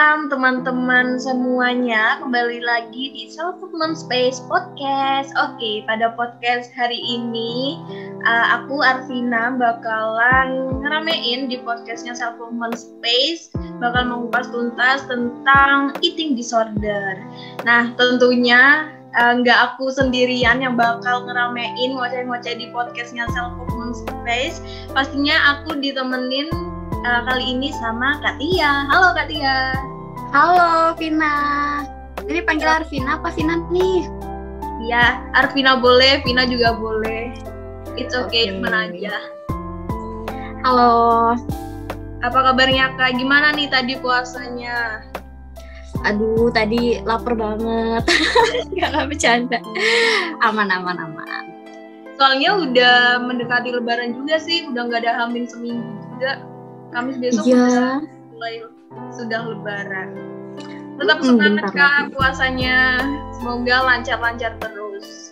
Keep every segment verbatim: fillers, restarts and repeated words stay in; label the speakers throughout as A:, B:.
A: Malam teman-teman semuanya, kembali lagi di Self Movement Space Podcast. Oke, pada podcast hari ini uh, aku Arvina bakalan ngeramein di podcastnya Self Movement Space, bakal mengupas tuntas tentang eating disorder. Nah, tentunya nggak uh, aku sendirian yang bakal ngeramein ngoceh-ngoceh di podcastnya Self Movement Space. Pastinya aku ditemenin Uh, kali ini sama Kak Tia. Halo Kak Tia.
B: Halo Vina. Ini panggil Arvina apa Vina nih?
A: Iya, Arvina boleh, Vina juga boleh. It's okay,
B: okay.
A: Mana aja.
B: Halo.
A: Apa kabarnya Kak? Gimana nih tadi puasanya?
B: Aduh, tadi lapar banget. Gak gak bercanda. Aman, aman, aman.
A: Soalnya udah mendekati Lebaran juga sih, udah nggak ada hamil seminggu juga. Kamis besok
B: ya.
A: mulai sudah Lebaran. Tetap semangat Kak puasanya. Semoga lancar-lancar terus.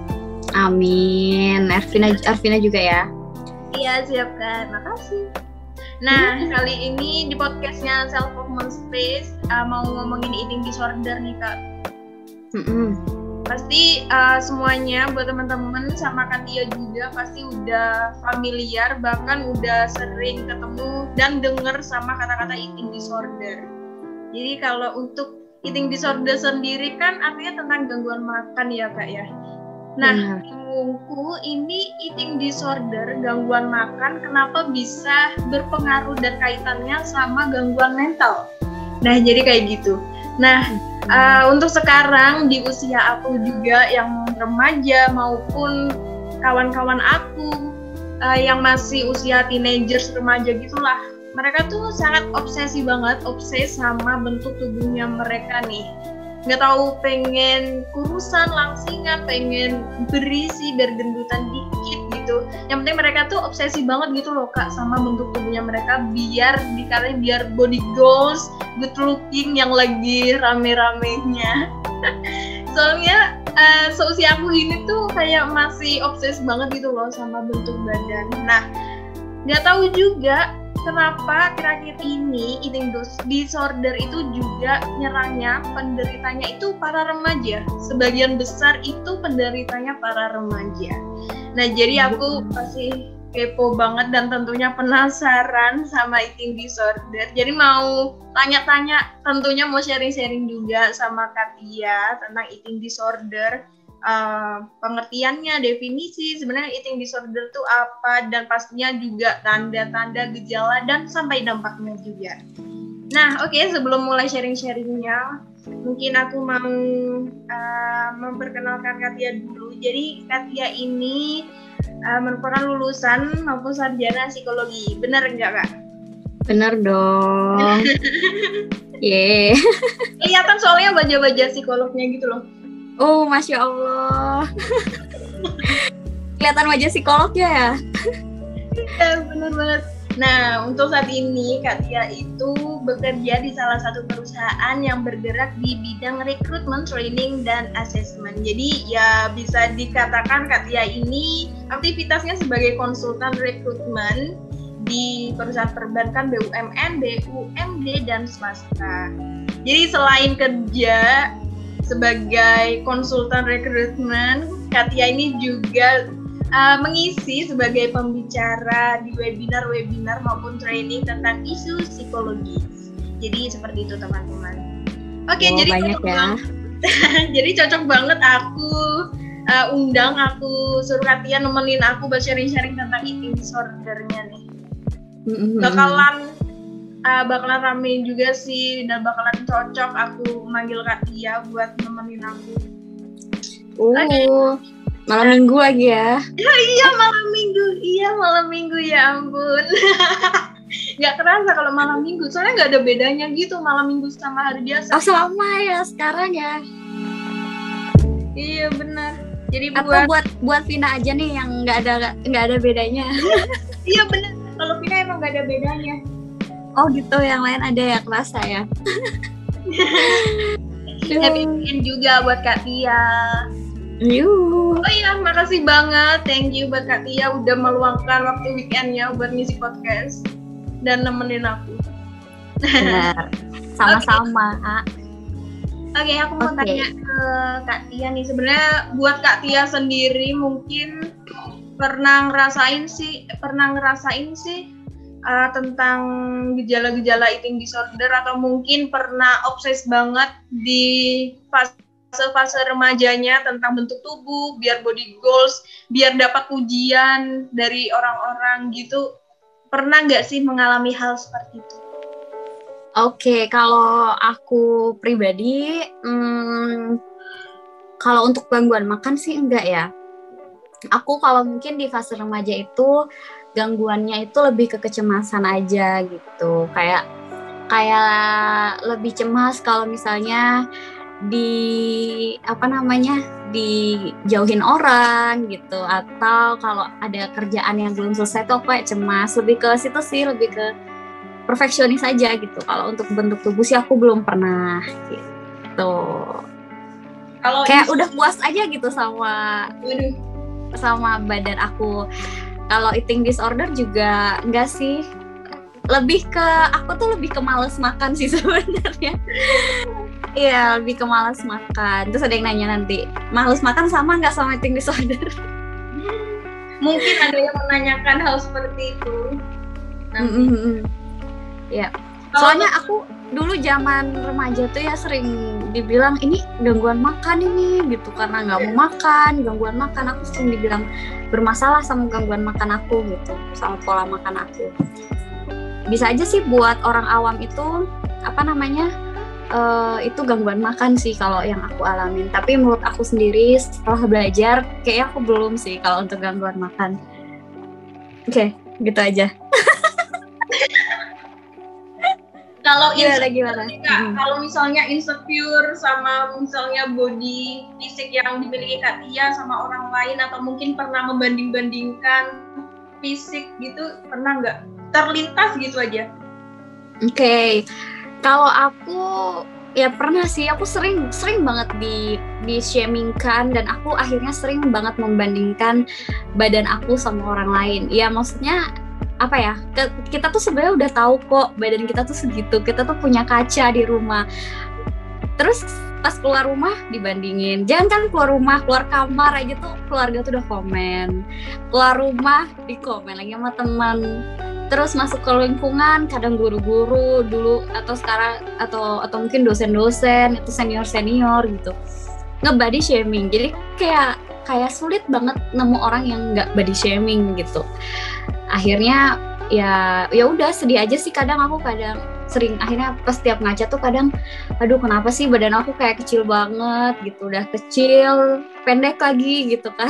B: Amin. Arvina, Arvina juga ya.
A: Iya siap Kak. Makasih. Nah hmm. kali ini di podcastnya Self Movement Space uh, mau ngomongin eating disorder nih Kak.
B: Mm-mm.
A: Pasti uh, semuanya buat teman-teman sama Katia juga pasti udah familiar, bahkan udah sering ketemu dan denger sama kata-kata eating disorder. Jadi kalau untuk eating disorder sendiri kan artinya tentang gangguan makan ya Kak ya. Nah, bingungku ini eating disorder, gangguan makan kenapa bisa berpengaruh dan kaitannya sama gangguan mental. Nah, jadi kayak gitu. Nah, uh, untuk sekarang di usia aku juga yang remaja maupun kawan-kawan aku uh, yang masih usia teenagers remaja gitulah, mereka tuh sangat obsesi banget, obses sama bentuk tubuhnya mereka nih. Nggak tahu pengen kurusan, langsingan, pengen berisi, bergendutan dikit gitu. Yang penting mereka tuh obsesi banget gitu loh Kak sama bentuk tubuhnya mereka biar dikali biar body goals, good looking yang lagi rame-ramenya. Soalnya uh, seusia aku ini tuh kayak masih obses banget gitu loh sama bentuk badan. Nah, nggak tahu juga kenapa akhir-akhir ini eating disorder itu juga nyerangnya penderitanya itu para remaja. Sebagian besar itu penderitanya para remaja. Nah, jadi aku pasti kepo banget dan tentunya penasaran sama eating disorder. Jadi mau tanya-tanya, tentunya mau sharing-sharing juga sama Katia tentang eating disorder. Uh, pengertiannya, definisi sebenarnya eating disorder itu apa, dan pastinya juga tanda-tanda, gejala, dan sampai dampaknya juga. Nah, oke, okay, sebelum mulai sharing-sharingnya, mungkin aku mau uh, memperkenalkan Katia dulu. Jadi Katia ini uh, merupakan lulusan maupun sarjana psikologi, benar enggak Kak?
B: Benar dong. Yeay.
A: Kelihatan soalnya baja-baja psikolognya gitu loh.
B: Oh, Masya Allah. Kelihatan wajah psikolognya ya?
A: Ya, benar banget. Nah, untuk saat ini Kak Tia itu bekerja di salah satu perusahaan yang bergerak di bidang rekrutmen, training, dan assessment. Jadi ya bisa dikatakan Kak Tia ini aktivitasnya sebagai konsultan rekrutmen di perusahaan perbankan, B U M N, B U M D, dan swasta. Jadi selain kerja sebagai konsultan rekrutmen, Katia ini juga uh, mengisi sebagai pembicara di webinar-webinar maupun training tentang isu psikologis. Jadi seperti itu teman-teman. Oke, oh, jadi
B: banyak ya.
A: Jadi cocok banget aku uh, undang, aku suruh Katia nemenin aku buat sharing-sharing tentang eating disorder-nya nih. Mm-hmm. Bakalan Uh, bakalan rame juga sih dan bakalan cocok aku manggil Katia buat nemenin aku.
B: Oh, okay. Malam minggu lagi ya?
A: Ya iya malam minggu, iya malam minggu ya ampun. Gak kerasa kalau malam minggu, soalnya gak ada bedanya gitu malam minggu sama hari biasa.
B: Oh sama ya sekarang ya?
A: Iya benar. Jadi
B: buat atau buat buat Vina aja nih yang nggak ada nggak ada bedanya.
A: Iya benar. Kalau Vina emang nggak ada bedanya.
B: Oh gitu, yang lain ada ya kerasa ya.
A: Happy weekend juga buat Kak Tia.
B: Yuh.
A: Oh iya, makasih banget. Thank you buat Kak Tia udah meluangkan waktu weekendnya buat ngisi podcast dan nemenin aku.
B: Benar. Sama-sama.
A: Oke, okay, aku mau okay. tanya ke Kak Tia nih. Sebenarnya buat Kak Tia sendiri mungkin pernah ngerasain sih, pernah ngerasain sih uh, tentang gejala-gejala eating disorder, atau mungkin pernah obses banget di fase-fase remajanya tentang bentuk tubuh, biar body goals, biar dapat pujian dari orang-orang gitu. Pernah nggak sih mengalami hal seperti itu?
B: Oke, okay, kalau aku pribadi, hmm, kalau untuk gangguan makan sih enggak ya. Aku kalau mungkin di fase remaja itu gangguannya itu lebih ke kecemasan aja gitu. Kayak kayak lebih cemas kalau misalnya di apa namanya dijauhin orang gitu, atau kalau ada kerjaan yang belum selesai tuh kayak cemas. Lebih ke situ sih, lebih ke perfeksionis aja gitu. Kalau untuk bentuk tubuh sih aku belum pernah gitu. Kalau kayak udah puas aja gitu sama
A: Waduh.
B: sama badan aku. Kalau eating disorder juga enggak sih. Lebih ke aku tuh lebih ke malas makan sih sebenarnya. Iya, lebih ke malas makan. Terus ada yang nanya nanti, malas makan sama nggak sama eating disorder?
A: Mungkin ada yang menanyakan hal seperti itu. Nanti.
B: Mm-hmm. Ya, soalnya aku dulu zaman remaja tuh ya sering dibilang ini gangguan makan ini gitu, karena nggak mau makan, gangguan makan. Aku sering dibilang bermasalah sama gangguan makan aku gitu, sama pola makan aku. Bisa aja sih buat orang awam itu apa namanya uh, itu gangguan makan sih kalau yang aku alamin. Tapi menurut aku sendiri setelah belajar kayak aku belum sih kalau untuk gangguan makan. Oke, okay, gitu aja.
A: Kalau
B: gimana, gimana?
A: Hmm. Kalau misalnya insecure sama misalnya body fisik yang dimiliki Kak Tia sama orang lain, atau mungkin pernah membanding-bandingkan fisik gitu, pernah nggak? Terlintas gitu aja.
B: Oke, okay. Kalau aku ya pernah sih, aku sering sering banget di di shamingkan, dan aku akhirnya sering banget membandingkan badan aku sama orang lain. Ya maksudnya apa ya, kita tuh sebenarnya udah tahu kok badan kita tuh segitu, kita tuh punya kaca di rumah. Terus pas keluar rumah dibandingin, jangan kan keluar rumah, keluar kamar aja tuh keluarga tuh udah komen, keluar rumah di komen lagi sama teman, terus masuk ke lingkungan kadang guru-guru dulu atau sekarang atau atau mungkin dosen-dosen itu senior-senior gitu nge-body shaming. Jadi kayak kayak sulit banget nemu orang yang nggak body shaming gitu. Akhirnya ya ya udah sedih aja sih, kadang aku kadang sering akhirnya pas tiap ngaca tuh kadang aduh kenapa sih badan aku kayak kecil banget gitu, udah kecil pendek lagi gitu kan.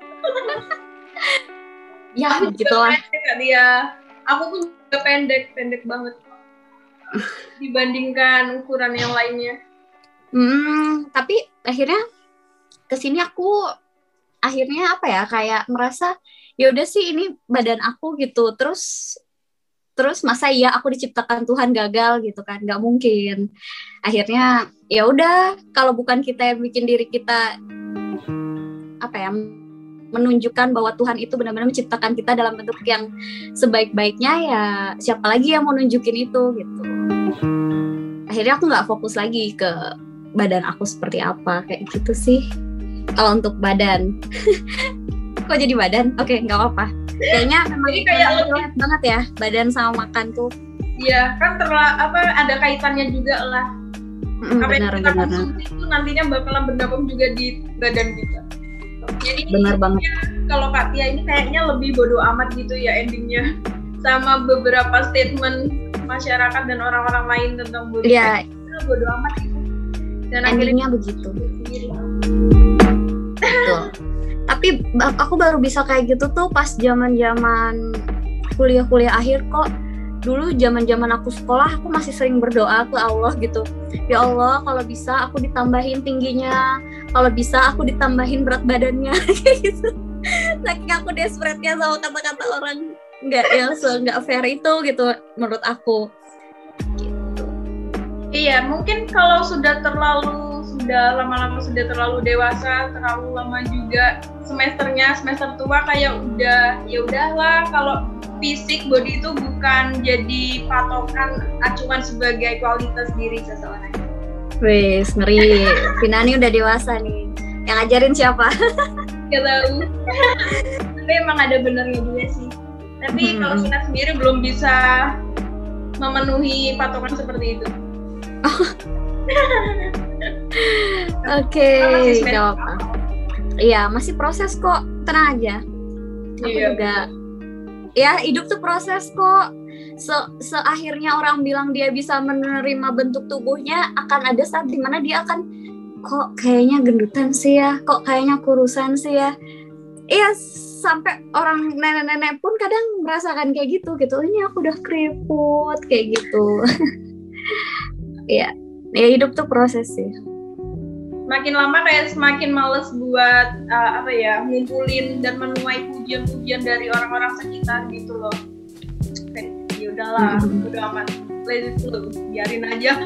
B: Ya
A: aku
B: gitulah
A: dia aku pun juga pendek pendek banget dibandingkan ukuran yang lainnya.
B: Hmm, tapi akhirnya kesini aku akhirnya apa ya kayak merasa ya udah sih ini badan aku gitu, terus terus masa iya aku diciptakan Tuhan gagal gitu kan, nggak mungkin. Akhirnya ya udah, kalau bukan kita yang bikin diri kita apa ya menunjukkan bahwa Tuhan itu benar-benar menciptakan kita dalam bentuk yang sebaik-baiknya, ya siapa lagi yang mau nunjukin itu gitu. Akhirnya aku nggak fokus lagi ke badan aku seperti apa, kayak gitu sih kalau untuk badan. Kok jadi badan? Oke, nggak apa-apa. Kayaknya memang
A: jadi kayak lebih
B: banget ya badan sama makan tuh.
A: Iya kan terla apa ada kaitannya juga lah.
B: Mm,
A: apa yang kita
B: benar,
A: konsumsi itu nantinya bakalan berdampak juga di badan kita. Jadi
B: benar banget.
A: Kalau Kak Tia ini kayaknya lebih bodo amat gitu ya endingnya sama beberapa statement masyarakat dan orang-orang lain tentang body.
B: Iya.
A: Bodo amat gitu. Dan
B: endingnya begitu. Betul. Tapi aku baru bisa kayak gitu tuh pas zaman-zaman kuliah-kuliah akhir kok. Dulu zaman-zaman aku sekolah aku masih sering berdoa ke Allah gitu. Ya Allah, kalau bisa aku ditambahin tingginya, kalau bisa aku ditambahin berat badannya kayak gitu. Saking aku desperate-nya sama kata-kata orang nggak ya nggak fair itu gitu menurut aku. Gitu.
A: Iya, mungkin kalau sudah terlalu sudah lama-lama sudah terlalu dewasa, terlalu lama juga semesternya semester tua, kayak udah ya udahlah, kalau fisik body itu bukan jadi patokan acuan sebagai kualitas diri seseorang.
B: Wes, ngeri. Finani udah dewasa nih. Yang ngajarin siapa?
A: Gak tahu. Tapi emang ada benernya juga sih. Tapi hmm. kalau kita sendiri belum bisa memenuhi patokan seperti itu.
B: Oke, okay, jawab. Iya, masih proses kok. Tenang aja. Aku iya. juga. Ya, hidup tuh proses kok. Se seakhirnya orang bilang dia bisa menerima bentuk tubuhnya, akan ada saat dimana dia akan kok kayaknya gendutan sih ya, kok kayaknya kurusan sih ya. Iya, sampai orang nenek-nenek pun kadang merasakan kayak gitu gitu. Ini aku udah keriput kayak gitu. Iya, ya hidup tuh proses sih.
A: Makin lama kayak semakin males buat uh, apa ya, ngumpulin dan menuai pujian-pujian dari orang-orang sekitar gitu loh. Kayak ya udahlah, mm-hmm. udah amat, let it flow, biarin aja.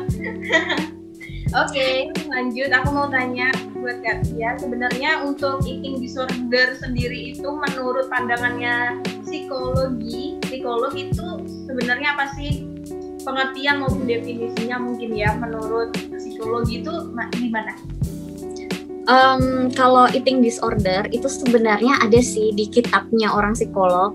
A: Oke, okay, lanjut. Aku mau tanya buat Kak Tia, sebenarnya untuk eating disorder sendiri itu menurut pandangannya psikologi, psikolog itu sebenarnya apa sih? Pengertian maupun definisinya mungkin ya, menurut psikologi itu gimana?
B: Um, kalau eating disorder itu sebenarnya ada sih di kitabnya orang psikolog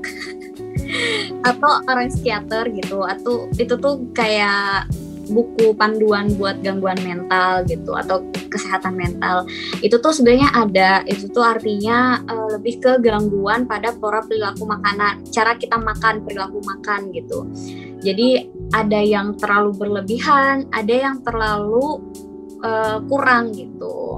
B: atau orang psikiater gitu, atau itu tuh kayak buku panduan buat gangguan mental gitu atau kesehatan mental. Itu tuh sebenarnya ada, itu tuh artinya uh, lebih ke gangguan pada pola perilaku makanan, cara kita makan, perilaku makan gitu. Jadi ada yang terlalu berlebihan, ada yang terlalu uh, kurang gitu.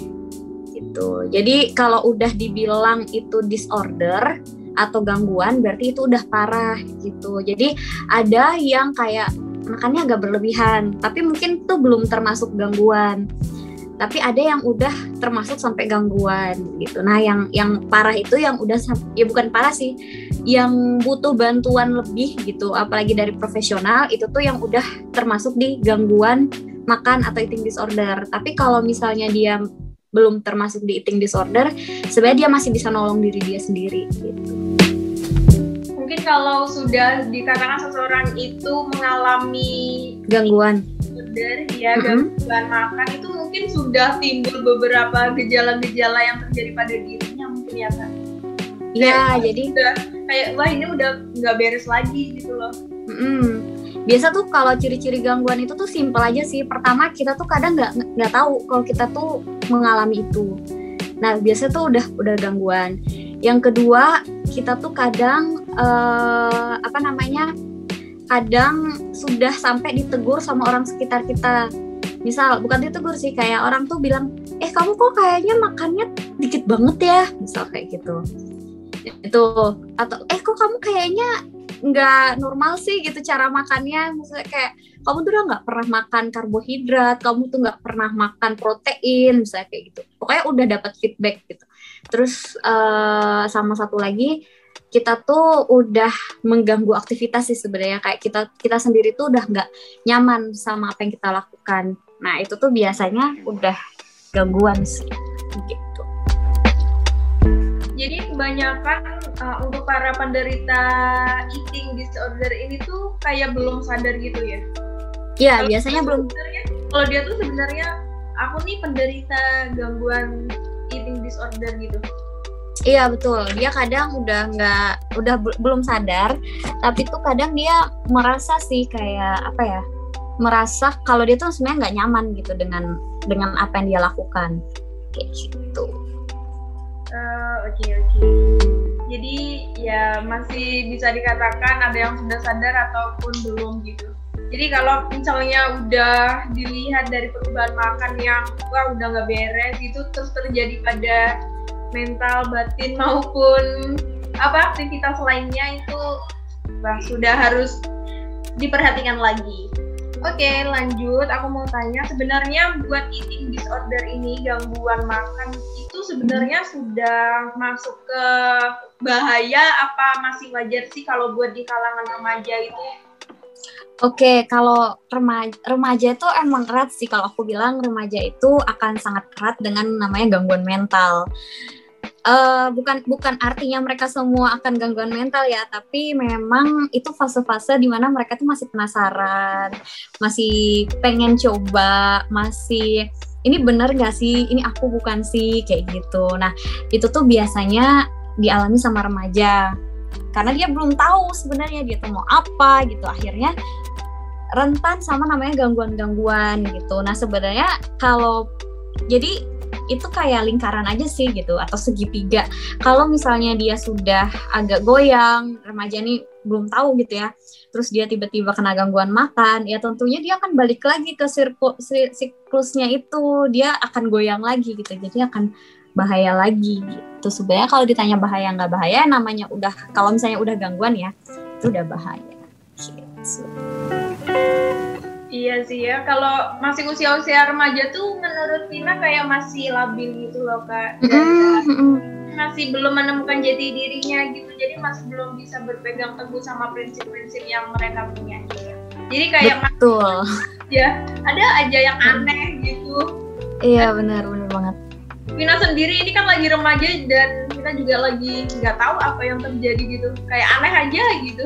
B: Gitu. Jadi kalau udah dibilang itu disorder atau gangguan, berarti itu udah parah gitu. Jadi ada yang kayak makannya agak berlebihan, tapi mungkin tuh belum termasuk gangguan. Tapi ada yang udah termasuk sampai gangguan gitu. Nah, yang yang parah itu yang udah, ya bukan parah sih, yang butuh bantuan lebih gitu, apalagi dari profesional, itu tuh yang udah termasuk di gangguan makan atau eating disorder. Tapi kalau misalnya dia belum termasuk di eating disorder, sebenarnya dia masih bisa nolong diri dia sendiri gitu.
A: Mungkin kalau sudah dikatakan seseorang itu mengalami
B: gangguan
A: disorder, ya mm-hmm. gangguan makan, itu mungkin sudah timbul beberapa gejala-gejala yang terjadi pada dirinya mungkin ya Kak?
B: Iya, jadi
A: udah kayak wah ini udah nggak beres lagi gitu loh.
B: Mm-hmm. Biasa tuh kalau ciri-ciri gangguan itu tuh simpel aja sih. Pertama, kita tuh kadang nggak nggak tahu kalau kita tuh mengalami itu. Nah, biasa tuh udah udah gangguan. Yang kedua, kita tuh kadang uh, apa namanya? kadang sudah sampai ditegur sama orang sekitar kita. Misal, bukan ditegur sih, kayak orang tuh bilang, eh kamu kok kayaknya makannya dikit banget ya, misal kayak gitu. Itu, atau eh kok kamu kayaknya nggak normal sih gitu cara makannya. Misalnya kayak, kamu tuh udah nggak pernah makan karbohidrat, kamu tuh nggak pernah makan protein, misalnya kayak gitu. Pokoknya udah dapat feedback gitu. Terus uh, sama satu lagi, kita tuh udah mengganggu aktivitas sih sebenarnya, kayak kita kita sendiri tuh udah nggak nyaman sama apa yang kita lakukan. Nah itu tuh biasanya udah gangguan sih gitu.
A: Jadi kebanyakan uh, untuk para penderita eating disorder ini tuh kayak belum sadar gitu ya?
B: Iya biasanya belum.
A: Kalau dia tuh sebenarnya aku nih penderita gangguan eating disorder gitu.
B: Iya betul, dia kadang udah nggak, udah b- belum sadar, tapi tuh kadang dia merasa sih kayak apa ya, merasa kalau dia tuh sebenarnya nggak nyaman gitu dengan dengan apa yang dia lakukan, kayak gitu.
A: Oke uh, oke. Okay, okay. Jadi ya masih bisa dikatakan ada yang sudah sadar ataupun belum gitu. Jadi kalau misalnya udah dilihat dari perubahan makan yang wah udah nggak beres itu terus terjadi pada mental, batin maupun apa aktivitas lainnya itu bah, sudah harus diperhatikan lagi. Oke, lanjut. Aku mau tanya, sebenarnya buat eating disorder ini, gangguan makan itu sebenarnya sudah masuk ke bahaya apa masih wajar sih kalau buat di kalangan remaja itu?
B: Oke, kalau remaja, remaja itu emang erat sih. Kalau aku bilang remaja itu akan sangat erat dengan namanya gangguan mental. Uh, bukan bukan artinya mereka semua akan gangguan mental ya, tapi memang itu fase-fase di mana mereka tuh masih penasaran, masih pengen coba, masih ini bener gak sih, ini aku bukan sih, kayak gitu. Nah, itu tuh biasanya dialami sama remaja, karena dia belum tahu sebenarnya dia tuh mau apa gitu, akhirnya rentan sama namanya gangguan-gangguan gitu. Nah, sebenarnya kalau, jadi itu kayak lingkaran aja sih gitu, atau segitiga. Kalau misalnya dia sudah agak goyang, remaja nih belum tahu gitu ya, terus dia tiba-tiba kena gangguan makan, ya tentunya dia akan balik lagi ke siklusnya itu, dia akan goyang lagi gitu, jadi akan bahaya lagi gitu. Sebenarnya kalau ditanya bahaya nggak bahaya, namanya udah, kalau misalnya udah gangguan ya, itu udah bahaya gitu.
A: Iya sih ya, kalau masih usia-usia remaja tuh menurut Vina kayak masih labil gitu loh Kak, dan mm-hmm. masih belum menemukan jati dirinya gitu, jadi masih belum bisa berpegang teguh sama prinsip-prinsip yang mereka punya gitu. Jadi kayak
B: betul
A: ya ada aja yang aneh gitu.
B: Iya benar benar banget.
A: Vina sendiri ini kan lagi remaja dan kita juga lagi nggak tahu apa yang terjadi gitu, kayak aneh aja gitu.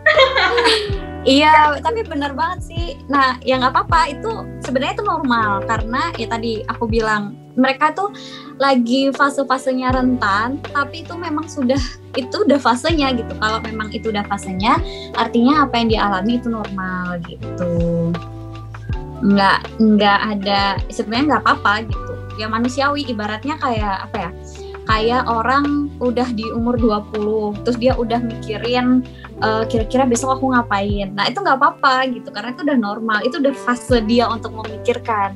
B: Iya, tapi benar banget sih. Nah, ya nggak apa-apa, itu sebenarnya itu normal, karena ya tadi aku bilang mereka tuh lagi fase-fasenya rentan, tapi itu memang sudah, itu udah fasenya gitu. Kalau memang itu udah fasenya, artinya apa yang dialami itu normal gitu. Nggak, nggak ada, sebenarnya nggak apa-apa gitu. Ya manusiawi, ibaratnya kayak apa ya? Kayak orang udah di umur dua puluh, terus dia udah mikirin uh, kira-kira besok aku ngapain. Nah itu nggak apa-apa gitu, karena itu udah normal, itu udah fase dia untuk memikirkan.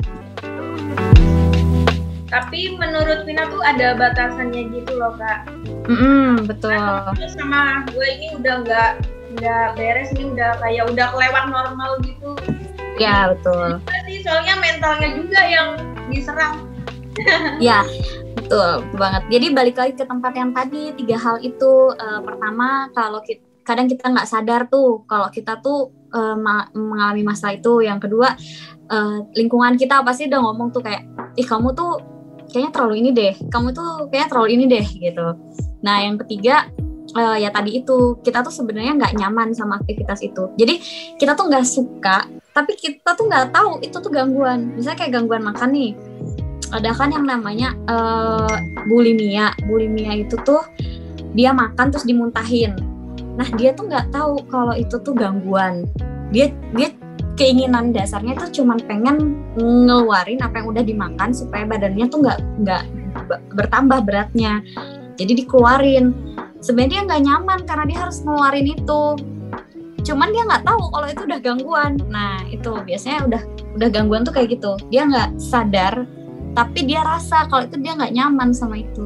A: Tapi menurut Vina tuh ada batasannya gitu loh Kak.
B: Mm-hmm, betul.
A: Nah, sama gue ini udah nggak nggak beres, ini udah kayak udah kelewat normal gitu.
B: Ya betul.
A: Sih, soalnya mentalnya juga yang diserang.
B: Ya. Betul, betul banget. Jadi balik lagi ke tempat yang tadi, tiga hal itu. Uh, pertama, kalau kita, kadang kita nggak sadar tuh kalau kita tuh uh, ma- mengalami masalah itu. Yang kedua, uh, lingkungan kita pasti udah ngomong tuh kayak, ih kamu tuh kayaknya terlalu ini deh, kamu tuh kayaknya terlalu ini deh gitu. Nah yang ketiga, uh, ya tadi itu, kita tuh sebenarnya nggak nyaman sama aktivitas itu. Jadi kita tuh nggak suka, tapi kita tuh nggak tahu itu tuh gangguan. Misalnya kayak gangguan makan nih. Ada kan yang namanya uh, bulimia. Bulimia itu tuh dia makan terus dimuntahin. Nah dia tuh nggak tahu kalau itu tuh gangguan. Dia dia keinginan dasarnya tuh cuman pengen ngeluarin apa yang udah dimakan supaya badannya tuh nggak nggak bertambah beratnya. Jadi dikeluarin. Sebenarnya dia nggak nyaman karena dia harus ngeluarin itu. Cuman dia nggak tahu kalau itu udah gangguan. Nah itu biasanya udah udah gangguan tuh kayak gitu. Dia nggak sadar. Tapi dia rasa kalau itu dia nggak nyaman sama itu.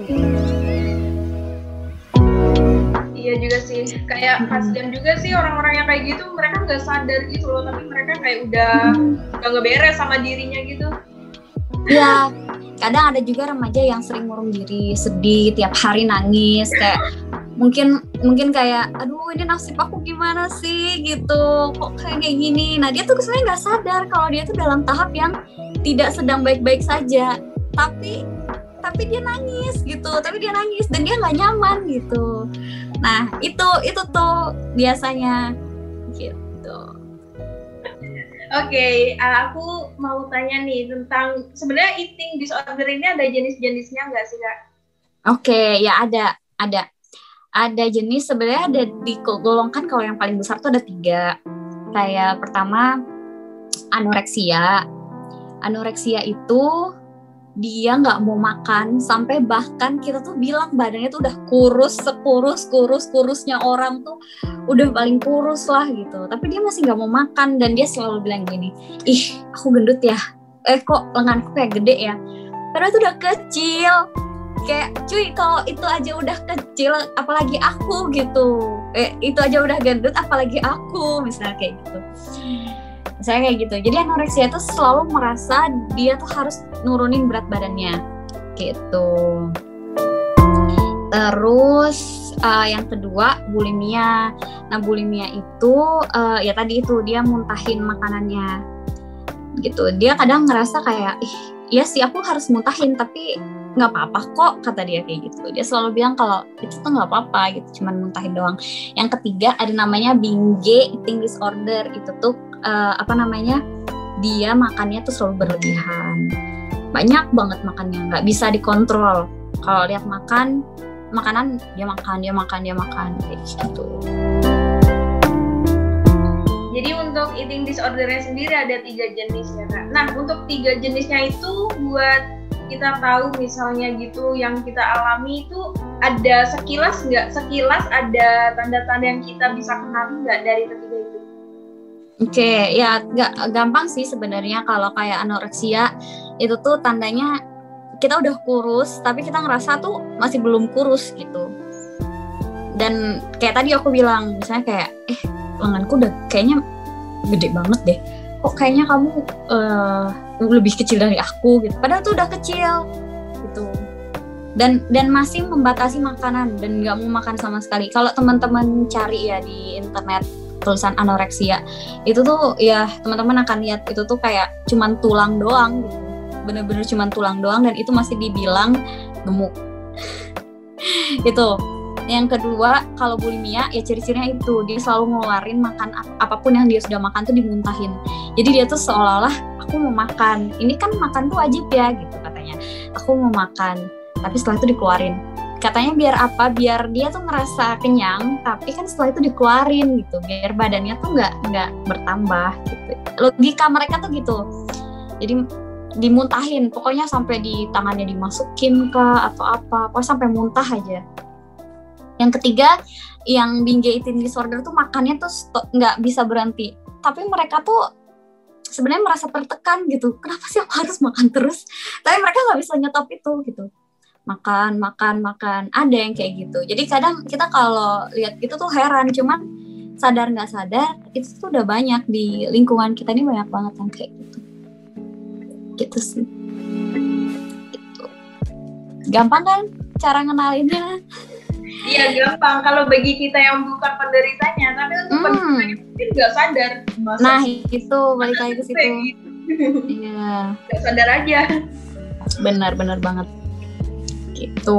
A: Iya juga sih, kayak kasihan juga sih orang-orang yang kayak gitu, mereka nggak sadar gitu loh, tapi mereka kayak udah nggak hmm. beres sama dirinya gitu.
B: Iya, kadang ada juga remaja yang sering murung diri, sedih, tiap hari nangis, kayak mungkin mungkin kayak, aduh ini nasib aku gimana sih gitu, kok kayak kayak gini. Nah dia tuh sebenarnya nggak sadar kalau dia tuh dalam tahap yang tidak sedang baik-baik saja, tapi tapi dia nangis gitu, tapi dia nangis dan dia nggak nyaman gitu. Nah itu itu tuh biasanya gitu.
A: Oke, okay, aku mau tanya nih tentang sebenarnya eating disorder ini ada jenis-jenisnya nggak sih Kak?
B: Oke, okay, ya ada ada ada jenis, sebenarnya ada digolongkan kalau yang paling besar tuh ada tiga. Kayak pertama anoreksia. Anoreksia itu dia nggak mau makan sampai bahkan kita tuh bilang badannya tuh udah kurus, sekurus kurus kurusnya orang tuh udah paling kurus lah gitu, tapi dia masih nggak mau makan dan dia selalu bilang gini, ih aku gendut ya, eh kok lenganku kayak gede ya, padahal itu udah kecil. Kayak cuy kalau itu aja udah kecil apalagi aku gitu, eh itu aja udah gendut apalagi aku, misalnya kayak gitu. Saya kayak gitu. Jadi anoreksia itu selalu merasa dia tuh harus nurunin berat badannya gitu. Terus uh, yang kedua bulimia. Nah Nah bulimia itu uh, ya tadi itu dia muntahin makanannya gitu. Dia kadang ngerasa kayak ih iya sih aku harus muntahin tapi nggak apa-apa kok kata dia kayak gitu. Dia selalu bilang kalau itu tuh nggak apa-apa gitu, cuman muntahin doang. Yang ketiga ada namanya binge eating disorder. Itu tuh uh, apa namanya dia makannya tuh selalu berlebihan, banyak banget makannya, nggak bisa dikontrol. Kalau lihat makan makanan dia makan dia makan dia makan kayak gitu.
A: Jadi untuk eating disordernya sendiri ada tiga jenis ya Kak. Nah untuk tiga jenisnya itu buat kita tahu misalnya gitu yang kita alami itu ada sekilas nggak? Sekilas ada tanda-tanda yang kita bisa kenali nggak dari ketiga itu?
B: Oke, okay, ya nggak gampang sih sebenarnya kalau kayak anoreksia itu tuh tandanya kita udah kurus tapi kita ngerasa tuh masih belum kurus gitu. Dan kayak tadi aku bilang misalnya kayak eh lenganku udah kayaknya gede banget deh. Kok kayaknya kamu uh, lebih kecil dari aku gitu. Padahal tuh udah kecil gitu. Dan dan masih membatasi makanan dan nggak mau makan sama sekali. Kalau teman-teman cari ya di internet tulisan anoreksia itu tuh ya teman-teman akan lihat itu tuh kayak cuman tulang doang gitu. Bener-bener cuman tulang doang dan itu masih dibilang gemuk. Itu. Yang kedua, kalau bulimia ya ciri-cirinya itu dia selalu ngeluarin makan ap- apapun yang dia sudah makan tuh dimuntahin. Jadi dia tuh seolah-olah aku mau makan. Ini kan makan tuh wajib ya gitu katanya. Aku mau makan, tapi setelah itu dikeluarin. Katanya biar apa? Biar dia tuh ngerasa kenyang, tapi kan setelah itu dikeluarin gitu. Biar badannya tuh nggak nggak bertambah gitu. Logika mereka tuh gitu. Jadi dimuntahin, pokoknya sampai di tangannya dimasukin kah atau apa, pokoknya sampai muntah aja. Yang ketiga, yang binge eating disorder tuh makannya tuh nggak bisa berhenti. Tapi mereka tuh sebenarnya merasa tertekan gitu. Kenapa sih aku harus makan terus? Tapi mereka nggak bisa nyetop itu gitu. Makan, makan, makan. Ada yang kayak gitu. Jadi kadang kita kalau lihat gitu tuh heran. Cuman sadar nggak sadar, itu tuh udah banyak di lingkungan kita ini banyak banget yang kayak gitu. Gitu sih. Gitu. Gampang kan cara ngenalinnya?
A: Iya gampang kalau bagi kita yang bukan penderitanya, tapi untuk hmm. penderitanya mungkin nggak sadar.
B: Masa nah itu balik lagi ke situ. Iya.
A: Nggak sadar aja.
B: Benar-benar banget. Gitu.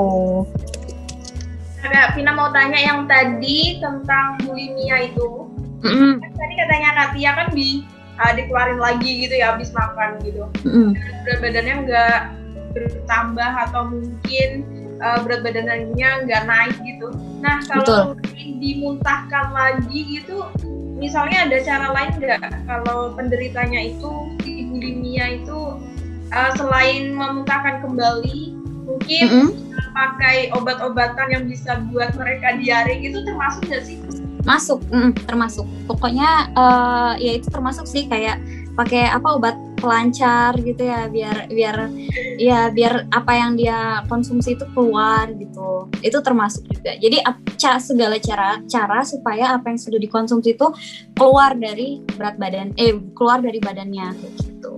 A: Ada Vina mau tanya yang tadi tentang bulimia itu. Mm-hmm. Tadi katanya Katia kan di uh, dikeluarin lagi gitu ya habis makan gitu. Mm-hmm. Berat badannya nggak bertambah atau mungkin Uh, berat badannya nggak naik gitu. Nah kalau dimuntahkan lagi gitu, misalnya ada cara lain nggak kalau penderitanya itu di bulimia itu uh, selain memuntahkan kembali, mungkin mm-hmm. pakai obat-obatan yang bisa buat mereka diare itu termasuk nggak sih?
B: Masuk, mm, termasuk. Pokoknya uh, ya itu termasuk sih kayak pakai apa obat pelancar gitu ya biar biar ya biar apa yang dia konsumsi itu keluar gitu. Itu termasuk juga. Jadi ca, segala cara cara supaya apa yang sudah dikonsumsi itu keluar dari berat badan eh keluar dari badannya kayak gitu.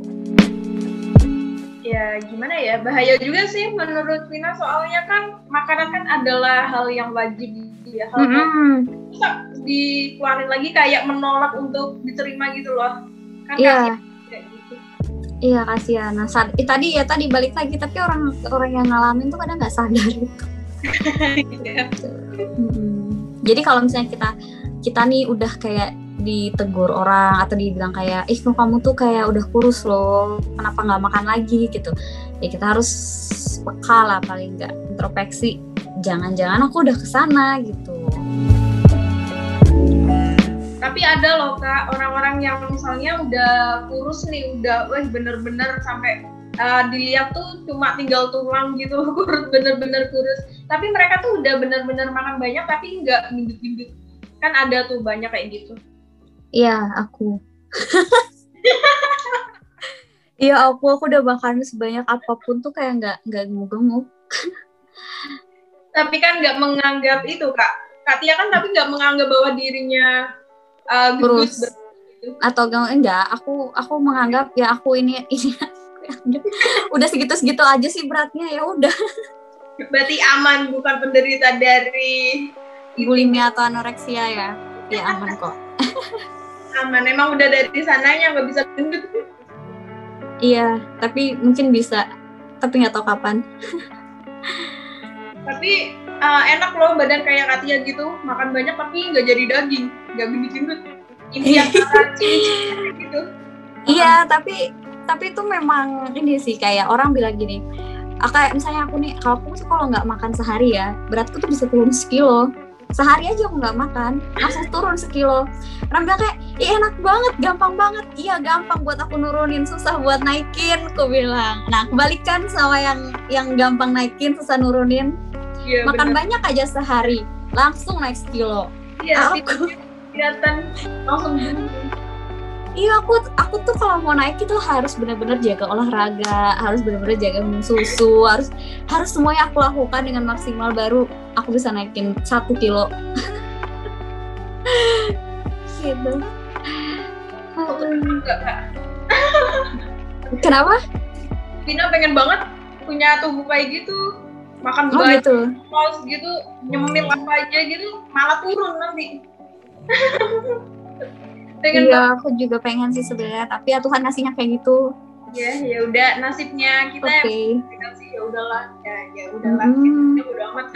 A: Ya gimana ya, bahaya juga sih menurut Vina soalnya kan makanan kan adalah hal yang wajib ya. Hal mm-hmm. bisa dikeluarin lagi kayak menolak untuk diterima gitu loh. Kan
B: yeah.
A: kasihan kayak gitu.
B: Iya kasihan. Nah, sad- eh, tadi ya tadi balik lagi tapi orang orang yang ngalamin tuh kadang nggak sadar gitu. hmm. Jadi kalau misalnya kita kita nih udah kayak ditegur orang atau dibilang kayak, ih kamu tuh kayak udah kurus loh, kenapa nggak makan lagi gitu? Ya kita harus peka lah paling nggak introspeksi. Jangan-jangan aku udah kesana gitu.
A: Tapi ada loh Kak, orang-orang yang misalnya udah kurus nih, udah wah bener-bener sampai uh, dilihat tuh cuma tinggal tulang gitu, kurus bener-bener kurus. Tapi mereka tuh udah bener-bener makan banyak tapi nggak gendut-gendut. Kan ada tuh banyak kayak gitu.
B: Iya, aku. Iya, aku aku udah makan sebanyak apapun tuh kayak nggak nggak gemuk-gemuk.
A: Tapi kan nggak menganggap itu Kak. Katia kan tapi nggak menganggap bahwa dirinya Uh,
B: kurus atau enggak, aku aku menganggap ya aku ini ini udah segitu-segitu aja sih beratnya, ya udah.
A: Berarti aman, bukan penderita dari
B: bulimia atau anoreksia ya? Ya aman kok.
A: Aman, emang udah dari sananya nggak bisa gendut.
B: Iya, tapi mungkin bisa, tapi nggak tahu kapan.
A: Tapi uh, enak loh badan kayak Katia gitu, makan banyak tapi nggak jadi daging, nggak gendut-gendut. Ini yang ciri-ciri gitu.
B: Iya, tapi tapi itu memang ini sih, kayak orang bilang gini, ah, kayak misalnya aku nih, kalau aku tuh kalau nggak makan sehari ya, beratku tuh bisa turun sekilo. Sehari aja aku nggak makan, langsung turun sekilo. Orang bilang kayak, ih enak banget, gampang banget. Iya gampang buat aku nurunin, susah buat naikin, aku bilang. Nah kebalikan sama yang yang gampang naikin, susah nurunin. Ya, makan bener. Banyak aja sehari, langsung naik sekilo.
A: Iya, aku kelihatan langsung gini.
B: Iya, aku aku tuh kalau mau naik itu harus benar-benar jaga olahraga, harus benar-benar jaga minum susu, harus harus semuanya aku lakukan dengan maksimal, baru aku bisa naikin satu kilo. Gitu.
A: Enggak, Kak.
B: Kenapa?
A: Vina pengen banget punya tubuh kayak gitu. Makan
B: oh,
A: banyak,
B: gitu.
A: Pause gitu, nyemil apa aja gitu, malah turun nanti.
B: Pengen iya, banget. Aku juga pengen sih sebenarnya, tapi ya Tuhan ngasihnya kayak gitu.
A: Ya, ya udah nasibnya kita
B: okay.
A: yang sih ya udahlah, ya ya udahlah,
B: hmm.
A: kita udah amat.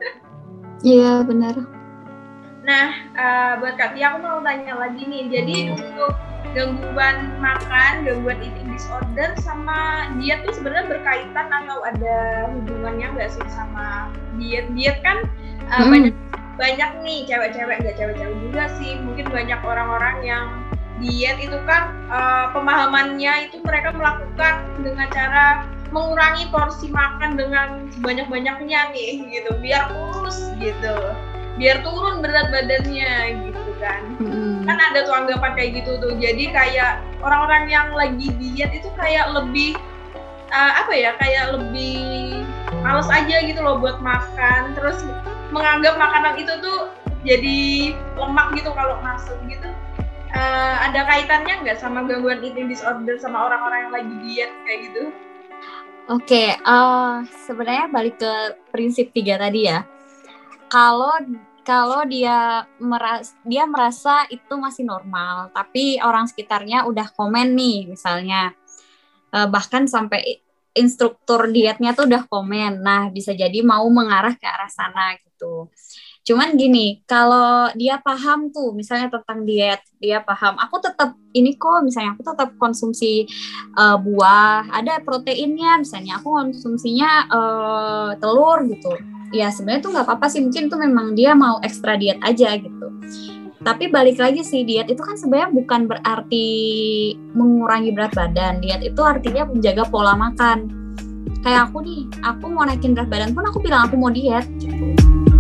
B: Iya benar.
A: Nah, uh, buat Kak Tia aku mau tanya lagi nih. Jadi untuk gangguan makan, gangguan eating disorder sama diet tuh sebenarnya berkaitan atau ada hubungannya nggak sih sama diet? Diet kan uh, hmm. banyak banyak nih cewek-cewek, nggak cewek-cewek juga sih, mungkin banyak orang-orang yang diet itu kan uh, pemahamannya itu mereka melakukan dengan cara mengurangi porsi makan dengan sebanyak-banyaknya nih gitu, biar kurus gitu, biar turun berat badannya gitu kan. Mm-hmm. Kan ada tuh anggapan kayak gitu tuh, jadi kayak orang-orang yang lagi diet itu kayak lebih uh, apa ya, kayak lebih males aja gitu loh buat makan, terus menganggap makanan itu tuh jadi lemak gitu kalau masuk gitu. Uh, ada kaitannya nggak sama gangguan eating disorder sama orang-orang yang lagi diet kayak gitu?
B: Oke, okay, uh, sebenarnya balik ke prinsip tiga tadi ya. Kalau kalau dia meras dia merasa itu masih normal, tapi orang sekitarnya udah komen nih misalnya, uh, bahkan sampai instruktur dietnya tuh udah komen, nah bisa jadi mau mengarah ke arah sana gitu. Cuman gini, kalau dia paham tuh misalnya tentang diet, dia paham, aku tetap ini kok, misalnya aku tetap konsumsi uh, buah, ada proteinnya, misalnya aku konsumsinya uh, telur gitu. Ya sebenarnya tuh nggak apa-apa sih, mungkin itu memang dia mau ekstra diet aja gitu. Tapi balik lagi sih, diet itu kan sebenarnya bukan berarti mengurangi berat badan. Diet itu artinya menjaga pola makan. Kayak aku nih, aku mau naikin berat badan pun aku bilang aku mau diet gitu.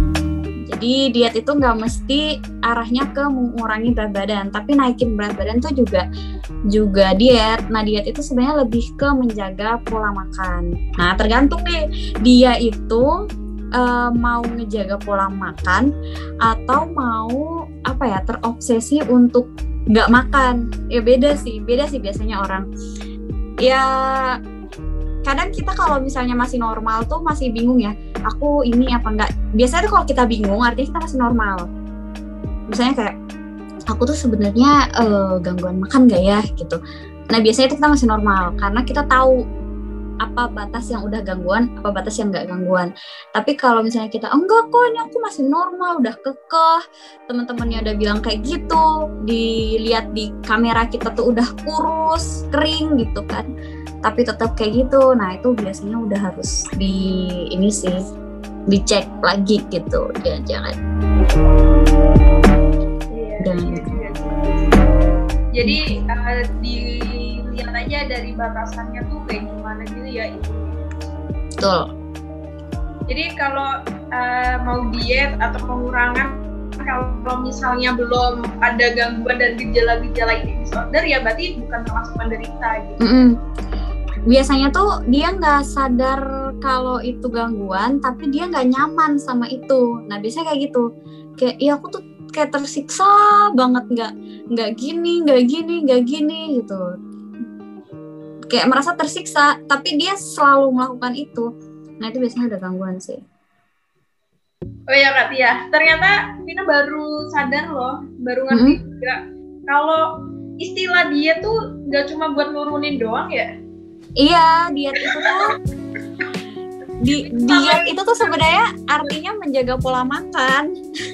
B: Jadi diet itu nggak mesti arahnya ke mengurangi berat badan, tapi naikin berat badan tuh juga juga diet. Nah diet itu sebenarnya lebih ke menjaga pola makan. Nah tergantung deh, dia itu Uh, mau ngejaga pola makan atau mau apa ya, terobsesi untuk nggak makan. Ya beda sih, beda sih biasanya orang. Ya kadang kita kalau misalnya masih normal tuh masih bingung ya, aku ini apa enggak. Biasanya tuh kalau kita bingung artinya kita masih normal. Misalnya kayak aku tuh sebenarnya uh, gangguan makan nggak ya gitu. Nah biasanya itu kita masih normal karena kita tahu apa batas yang udah gangguan, apa batas yang nggak gangguan. Tapi kalau misalnya kita enggak kok, ini aku masih normal, udah kekeh, teman-temannya udah bilang kayak gitu, dilihat di kamera kita tuh udah kurus, kering gitu kan, tapi tetap kayak gitu. Nah itu biasanya udah harus di ini sih, dicek lagi gitu, jangan-jangan.
A: Iya. Jangan. Iya, jadi uh, di lihat aja dari batasannya tuh kayak gimana gitu ya itu.
B: Betul.
A: Jadi kalau uh, mau diet atau pengurangan, kalau misalnya belum ada gangguan dan gejala-gejala eating disorder ya berarti bukan termasuk penderita gitu.
B: Mm-mm. Biasanya tuh dia nggak sadar kalau itu gangguan, tapi dia nggak nyaman sama itu. Nah biasanya kayak gitu, kayak ya aku tuh kayak tersiksa banget, nggak nggak gini nggak gini nggak gini gitu. Kayak merasa tersiksa, tapi dia selalu melakukan itu. Nah itu biasanya ada gangguan sih.
A: Oh ya Kak Tia, ternyata Vina baru sadar loh, baru ngerti
B: Mm-hmm.
A: juga kalau istilah diet tuh nggak cuma buat nurunin doang ya.
B: Iya, diet itu tuh di diet itu tuh sebenarnya artinya menjaga pola makan.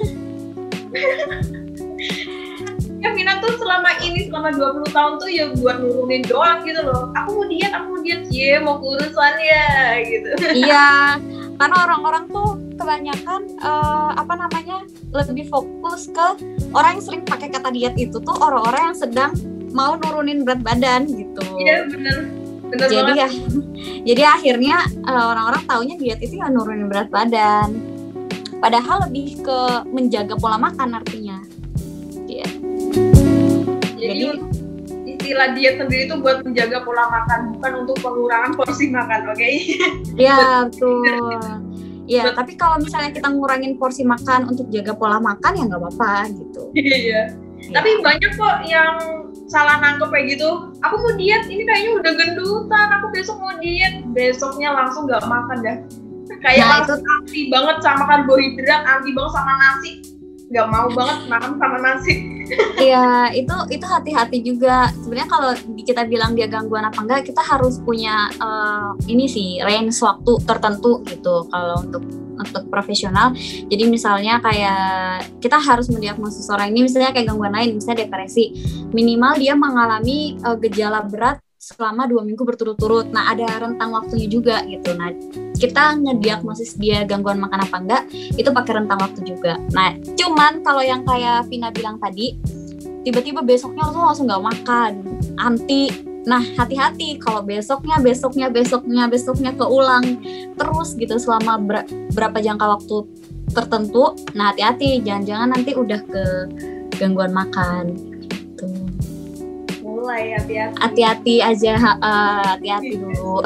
A: Ya Vina tuh selama ini selama dua puluh tahun tuh ya buat nurunin doang gitu loh. Aku mau diet, aku mau diet, ye mau kurusan ya gitu.
B: Iya, karena orang-orang tuh kebanyakan uh, apa namanya lebih fokus ke orang yang sering pakai kata diet itu tuh orang-orang yang sedang mau nurunin berat badan gitu.
A: Iya benar, benar
B: jadi
A: banget.
B: ya, jadi akhirnya uh, orang-orang taunya diet itu ya nurunin berat badan. Padahal lebih ke menjaga pola makan artinya. Yeah.
A: Jadi, jadi istilah diet sendiri itu buat menjaga pola makan, bukan untuk pengurangan porsi makan, oke? Okay?
B: Iya betul. Ya, tapi kalau misalnya kita ngurangin porsi makan untuk jaga pola makan ya nggak apa-apa gitu.
A: Iya. Ya. Tapi banyak kok yang salah nangkep kayak gitu. Aku mau diet, ini kayaknya udah gendutan. Aku besok mau diet, besoknya langsung nggak makan dah. Kayak nah, langsung itu anti banget sama karbohidrat, anti banget sama nasi. Nggak mau banget makan sama nasi.
B: Iya, itu itu hati-hati juga. Sebenarnya kalau kita bilang dia gangguan apa enggak, kita harus punya uh, ini sih range waktu tertentu gitu. Kalau untuk untuk profesional, jadi misalnya kayak kita harus mendiagnosis orang ini misalnya kayak gangguan lain, misalnya depresi, minimal dia mengalami uh, gejala berat selama dua minggu berturut-turut. Nah, ada rentang waktunya juga gitu. Nah, kita ngediagnosis dia gangguan makan apa enggak, itu pakai rentang waktu juga. Nah, cuman kalau yang kayak Vina bilang tadi, tiba-tiba besoknya tuh langsung nggak makan, anti. Nah, hati-hati kalau besoknya, besoknya, besoknya, besoknya keulang terus gitu selama ber- berapa jangka waktu tertentu. Nah, hati-hati, jangan-jangan nanti udah ke gangguan makan. Gitu.
A: Mulai hati-hati.
B: Hati-hati aja, uh, hati-hati dulu.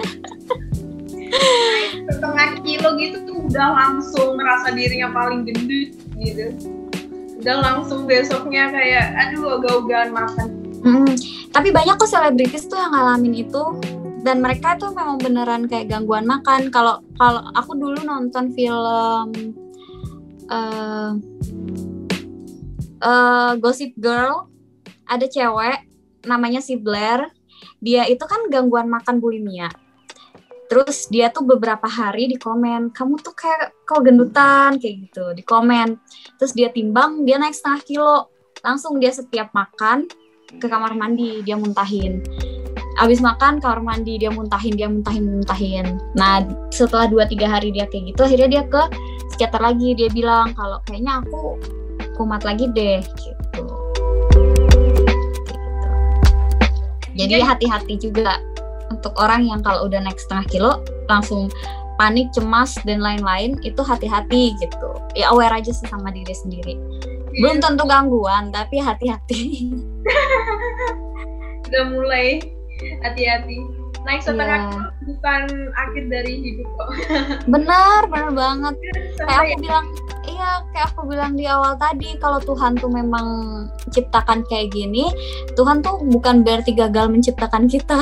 A: Setengah kilo gitu tuh udah langsung merasa dirinya paling gendut gitu. Udah langsung besoknya kayak aduh ogah-ogahan makan.
B: Hmm, tapi banyak kok selebritis tuh yang ngalamin itu dan mereka tuh memang beneran kayak gangguan makan. Kalau kalau aku dulu nonton film uh, uh, Gossip Girl, ada cewek namanya si Blair. Dia itu kan gangguan makan bulimia. Terus dia tuh beberapa hari di komen, kamu tuh kayak kok gendutan kayak gitu, di komen. Terus dia timbang, dia naik setengah kilo. Langsung dia setiap makan ke kamar mandi, dia muntahin. Abis makan, kamar mandi, dia muntahin, dia muntahin, muntahin. Nah, setelah dua tiga hari dia kayak gitu, akhirnya dia ke psikiater lagi. Dia bilang, kalau kayaknya aku kumat lagi deh, gitu. Jadi hati-hati juga untuk orang yang kalau udah naik setengah kilo langsung panik, cemas dan lain-lain, itu hati-hati gitu. Ya aware aja sih sama diri sendiri. Belum tentu gangguan, tapi hati-hati.
A: Udah mulai hati-hati. Naik setengah kilo yeah. bukan akhir dari hidup kok.
B: Benar, benar banget. Kayak aku bilang, iya kayak aku bilang di awal tadi, kalau Tuhan tuh memang ciptakan kayak gini, Tuhan tuh bukan berarti gagal menciptakan kita.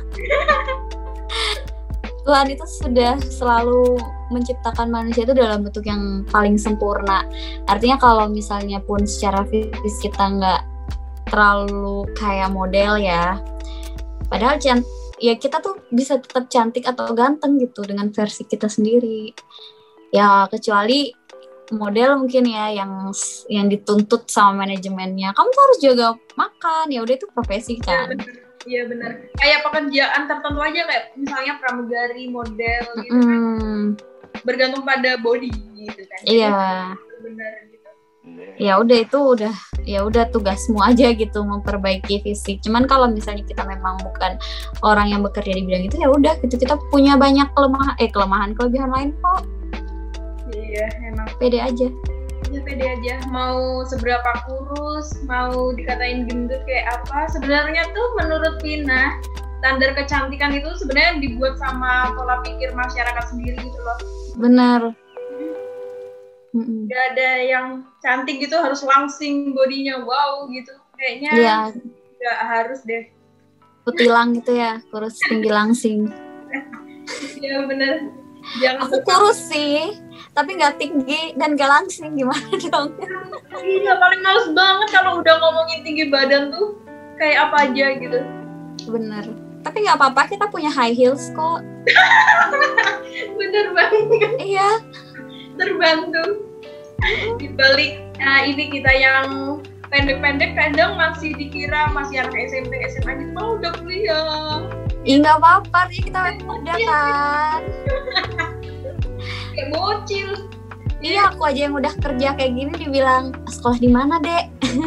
B: Tuhan itu sudah selalu menciptakan manusia itu dalam bentuk yang paling sempurna. Artinya kalau misalnya pun secara fisik kita nggak terlalu kayak model ya, padahal can- ya kita tuh bisa tetap cantik atau ganteng gitu dengan versi kita sendiri. Ya kecuali model mungkin ya yang yang dituntut sama manajemennya, kamu tuh harus jaga makan, ya udah itu profesi kan.
A: Iya benar. Kayak pekerjaan tertentu aja kayak misalnya pramugari, model gitu
B: mm.
A: kan. Bergantung pada body gitu kan.
B: Iya.
A: Benar gitu.
B: Ya udah itu udah ya udah tugasmu aja gitu memperbaiki fisik. Cuman kalau misalnya kita memang bukan orang yang bekerja di bidang itu, ya udah gitu, kita punya banyak kelemahan eh kelemahan kelebihan lain kok.
A: Iya, emang
B: pede aja.
A: Ya pede aja, mau seberapa kurus, mau dikatain gendut kayak apa, sebenarnya tuh menurut Vina standar kecantikan itu sebenarnya dibuat sama pola pikir masyarakat sendiri gitu loh.
B: Benar.
A: Mm-mm. Gak ada yang cantik gitu harus langsing bodinya wow gitu, kayaknya
B: ya.
A: Gak harus deh.
B: Kutilang gitu ya, kurus tinggi langsing.
A: Iya benar. Jangan
B: aku kurus sih, tapi nggak tinggi dan gak langsing, gimana dong?
A: Iya, paling males banget kalau udah ngomongin tinggi badan tuh kayak apa aja gitu.
B: Bener. Tapi nggak apa-apa, kita punya high heels kok.
A: Bener banget.
B: Iya.
A: Terbantu. Di balik uh, ini kita yang pendek-pendek kadang masih dikira masih anak S M P S M A gitu, mau udah kuliah.
B: Ih nggak apa-apa, ya kita masih muda kan.
A: Kayak bocil.
B: Iya, aku aja yang udah kerja kayak gini dibilang sekolah di mana, Dek?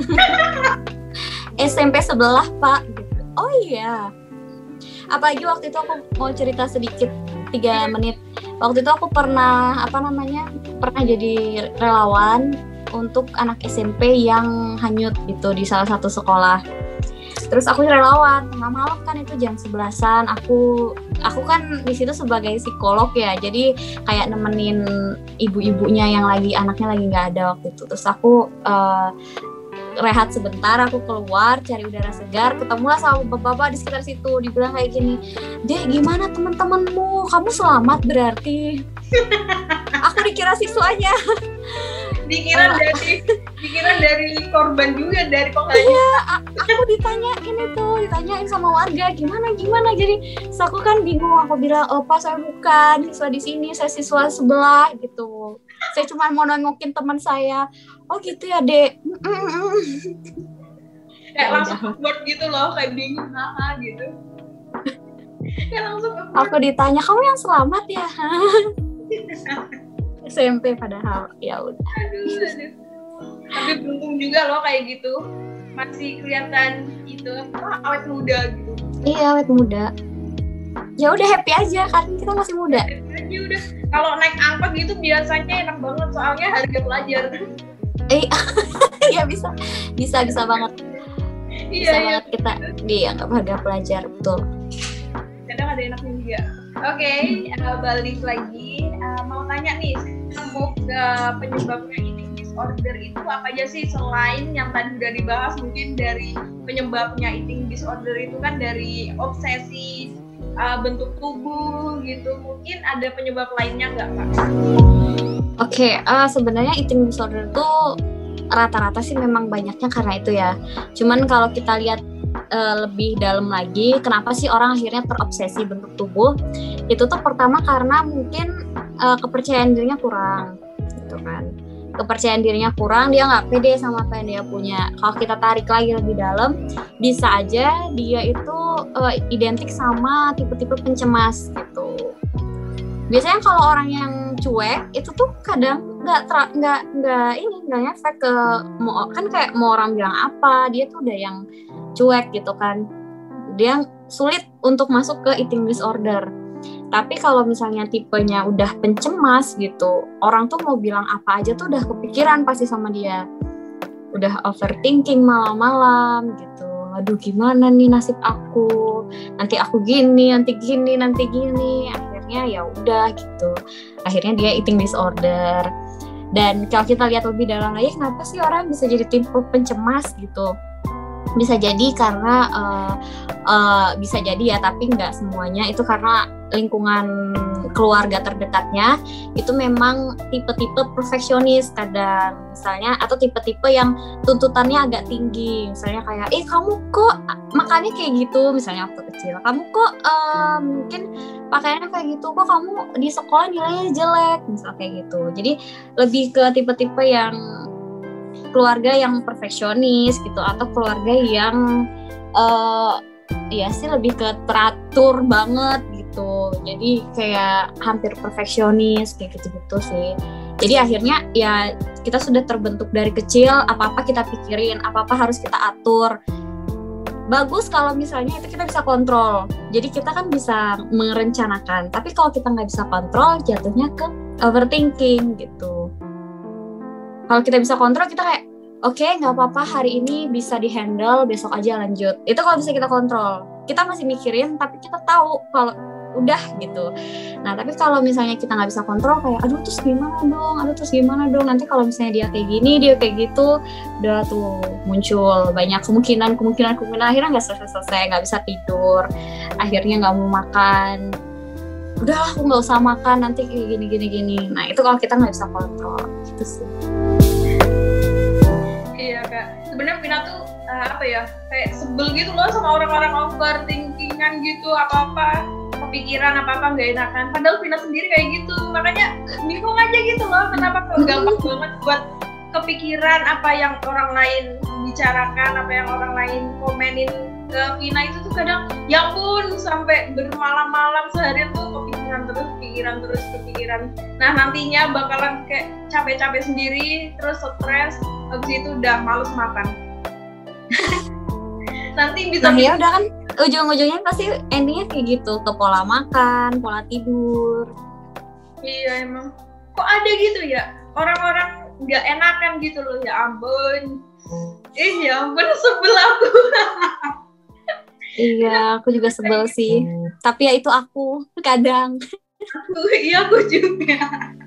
B: S M P sebelah, Pak. Gitu. Oh iya. Apalagi waktu itu aku mau cerita sedikit tiga menit. Waktu itu aku pernah apa namanya? Pernah jadi relawan untuk anak S M P yang hanyut gitu di salah satu sekolah. Terus aku relawan tengah malam kan, itu jam sebelasan. Aku aku kan di situ sebagai psikolog ya, jadi kayak nemenin ibu-ibunya yang lagi anaknya lagi nggak ada waktu itu. Terus aku uh, rehat sebentar, aku keluar cari udara segar, ketemulah sama bapak-bapak di sekitar situ. Dibilang kayak gini, "Deh, gimana teman-temanmu? Kamu selamat berarti?" Aku dikira siswanya.
A: Dikira oh. dari dikira dari korban juga, dari penghanyut.
B: Iya, aku ditanyain itu, ditanyain sama warga gimana gimana. Jadi aku kan bingung, aku bilang, "Oh, Pak, saya bukan siswa di sini, saya siswa sebelah gitu. Saya cuma mau nengokin teman saya." "Oh gitu ya, Dek."
A: Kayak langsung awkward gitu loh, kayak bingung, haha gitu. Kayak langsung awkward.
B: Aku ditanya, "Kamu yang selamat ya?" S M P padahal, ya udah.
A: Aduh, aduh. Tapi beruntung juga loh kayak gitu, masih kelihatan itu wah, awet muda gitu.
B: Iya, awet muda. Ya udah, happy aja kan, kita masih muda.
A: Happy aja udah. Kalau naik angkot gitu biasanya enak banget soalnya harga pelajar.
B: Eh, iya bisa, bisa bisa banget. Bisa
A: iya,
B: banget
A: iya.
B: Kita dianggap harga pelajar, betul.
A: Kadang ada enaknya juga. Oke, okay, uh, balik lagi. Uh, mau tanya nih, mau ke penyebabnya eating disorder itu apa aja sih selain yang tadi udah dibahas, mungkin dari penyebabnya eating disorder itu kan dari obsesi uh, bentuk tubuh gitu, mungkin ada penyebab lainnya nggak, Kak?
B: Oke, okay, uh, sebenarnya eating disorder itu rata-rata sih memang banyaknya karena itu ya. Cuman kalau kita lihat Uh, lebih dalam lagi, kenapa sih orang akhirnya terobsesi bentuk tubuh? Itu tuh pertama karena mungkin uh, kepercayaan dirinya kurang, gitu kan. Kepercayaan dirinya kurang, dia nggak pede sama apa yang dia punya. Kalau kita tarik lagi lebih dalam, bisa aja dia itu uh, identik sama tipe-tipe pencemas gitu. Biasanya kalau orang yang cuek itu tuh kadang nggak nggak nggak ini nggak ngefek ke mau, kan kayak mau orang bilang apa, dia tuh udah yang cuek gitu kan, dia sulit untuk masuk ke eating disorder. Tapi kalau misalnya tipenya udah pencemas gitu, orang tuh mau bilang apa aja tuh udah kepikiran pasti sama dia, udah overthinking malam-malam gitu. Aduh gimana nih nasib aku, nanti aku gini, nanti gini, nanti gini. Akhirnya ya udah gitu, akhirnya dia eating disorder. Dan kalau kita lihat lebih dalam lagi, kenapa sih orang bisa jadi tipe pencemas gitu? Bisa jadi karena uh, uh, bisa jadi ya, tapi nggak semuanya itu karena lingkungan keluarga terdekatnya itu memang tipe-tipe perfeksionis kadang, misalnya, atau tipe-tipe yang tuntutannya agak tinggi, misalnya kayak eh kamu kok makannya kayak gitu, misalnya waktu kecil, kamu kok uh, mungkin pakaiannya kayak gitu, kok kamu di sekolah nilainya jelek, misalnya kayak gitu. Jadi lebih ke tipe-tipe yang keluarga yang perfeksionis gitu, atau keluarga yang uh, ya sih lebih ke teratur banget gitu, jadi kayak hampir perfeksionis kayak gitu-gitu sih. Jadi akhirnya ya kita sudah terbentuk dari kecil, apa-apa kita pikirin, apa-apa harus kita atur. Bagus kalau misalnya itu kita bisa kontrol, jadi kita kan bisa merencanakan. Tapi kalau kita nggak bisa kontrol, jatuhnya ke overthinking gitu. Kalau kita bisa kontrol, kita kayak oke, okay, nggak apa-apa, hari ini bisa dihandle, besok aja lanjut. Itu kalau bisa kita kontrol. Kita masih mikirin, tapi kita tahu kalau udah gitu. Nah, tapi kalau misalnya kita nggak bisa kontrol, kayak aduh terus gimana dong, aduh terus gimana dong. Nanti kalau misalnya dia kayak gini, dia kayak gitu, udah tuh muncul banyak kemungkinan, kemungkinan, kemungkinan. Akhirnya nggak selesai-selesai, nggak bisa tidur, akhirnya nggak mau makan. udahlah aku nggak usah makan nanti kayak gini gini gini. Nah itu kalau kita nggak bisa kontrol gitu sih.
A: Iya kak, sebenarnya Vina tuh uh, apa ya kayak sebel gitu loh sama orang-orang overthinkingan gitu, apa-apa kepikiran apa-apa nggak enakan. Padahal Vina sendiri kayak gitu, makanya bingung aja gitu loh kenapa kok gampang banget buat kepikiran apa yang orang lain bicarakan, apa yang orang lain komenin ke Vina itu tuh kadang ya ampun sampai bermalam-malam seharian tuh kepikiran terus, kepikiran terus, kepikiran. Nah nantinya bakalan kayak capek-capek sendiri, terus stres, habis itu udah males makan. Nanti bisa.
B: Nah ya udah kan ujung-ujungnya pasti endingnya kayak gitu, ke pola makan, pola tidur.
A: Iya emang. Kok ada gitu ya orang-orang nggak enakan gitu loh, ya ampun. Ih ya ampun sebel aku.
B: Iya, aku juga sebel sih. Tapi ya itu aku kadang.
A: Aku, iya aku juga.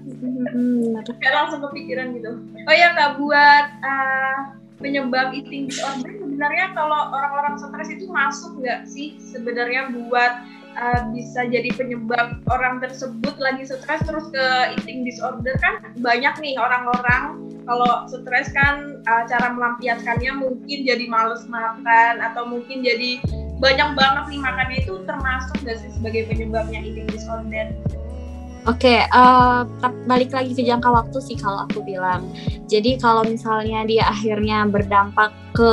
B: Bener.
A: Kayak langsung kepikiran gitu. Oh ya kak, buat uh, penyebab eating disorder sebenarnya kalau orang-orang stres itu masuk nggak sih sebenarnya buat uh, bisa jadi penyebab orang tersebut lagi stres terus ke eating disorder? Kan banyak nih orang-orang kalau stres kan uh, cara melampiaskannya mungkin jadi males makan atau mungkin jadi banyak banget nih makannya, itu termasuk nggak sih sebagai penyebabnya eating disorder?
B: Oke, okay, uh, balik lagi ke jangka waktu sih kalau aku bilang. Jadi kalau misalnya dia akhirnya berdampak ke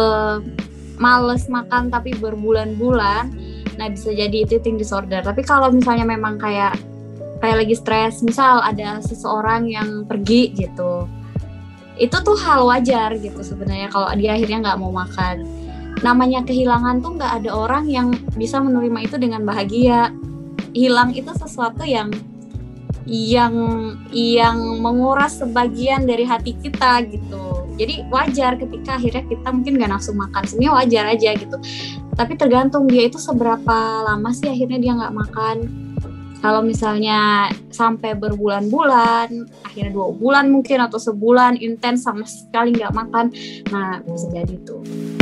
B: males makan tapi berbulan-bulan, nah bisa jadi itu eating disorder. Tapi kalau misalnya memang kayak kayak lagi stres, misal ada seseorang yang pergi gitu, itu tuh hal wajar gitu sebenarnya kalau dia akhirnya nggak mau makan. Namanya kehilangan tuh nggak ada orang yang bisa menerima itu dengan bahagia. Hilang itu sesuatu yang yang yang menguras sebagian dari hati kita gitu. Jadi wajar ketika akhirnya kita mungkin nggak nafsu makan, sebenarnya wajar aja gitu. Tapi tergantung dia itu seberapa lama sih akhirnya dia nggak makan. Kalau misalnya sampai berbulan-bulan, akhirnya dua bulan mungkin atau sebulan intens sama sekali nggak makan, nah bisa jadi tuh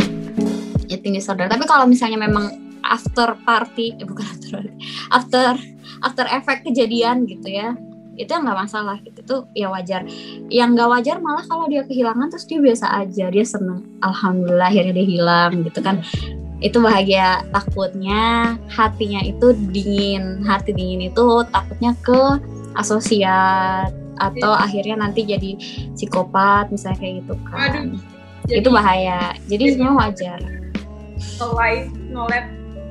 B: eating disorder. Tapi kalau misalnya memang after party, eh bukan after party, after after effect kejadian gitu ya, itu nggak masalah gitu, itu ya wajar. Yang nggak wajar malah kalau dia kehilangan terus dia biasa aja, dia seneng, alhamdulillah akhirnya dia hilang gitu kan, itu bahagia. Takutnya hatinya itu dingin, hati dingin itu takutnya ke asosiat atau ya. Akhirnya nanti jadi psikopat misalnya kayak gitu kan. Aduh, jadi, itu bahaya, jadi semua wajar.
A: No life, no lab.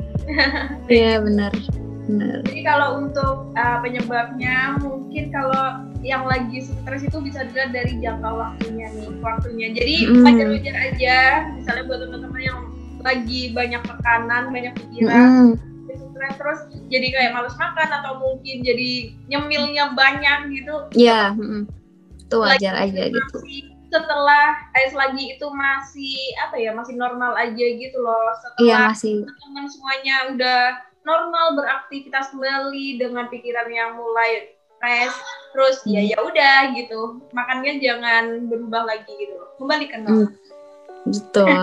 B: Iya benar. Benar.
A: Jadi kalau untuk uh, penyebabnya mungkin kalau yang lagi stres itu bisa dilihat dari jangka waktunya nih, waktunya. Jadi mm. wajar-wajar aja, misalnya buat teman-teman yang lagi banyak tekanan, banyak pikiran, mm. stres terus jadi kayak malas makan atau mungkin jadi nyemilnya banyak gitu.
B: Iya, yeah, mm. itu wajar lagi aja gitu.
A: Setelah eh, lagi itu masih apa ya, masih normal aja gitu loh. Setelah
B: yeah, masih.
A: teman semuanya udah normal beraktivitas kembali dengan pikiran yang mulai fresh, terus hmm. ya ya udah gitu, makannya jangan berubah lagi gitu, kembalikan normal.
B: Hmm. Betul.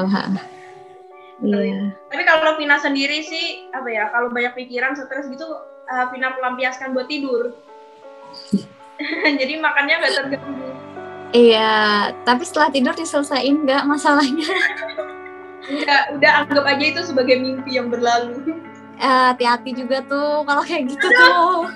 B: Iya.
A: Tapi kalau Vina sendiri sih apa ya, kalau banyak pikiran stres gitu, uh, Vina pelampiaskan buat tidur. Jadi makannya nggak terganggu.
B: Iya, tapi setelah tidur diselesain nggak masalahnya?
A: Udah, udah anggap aja itu sebagai mimpi yang berlalu.
B: Uh, hati-hati juga tuh kalau kayak gitu tuh.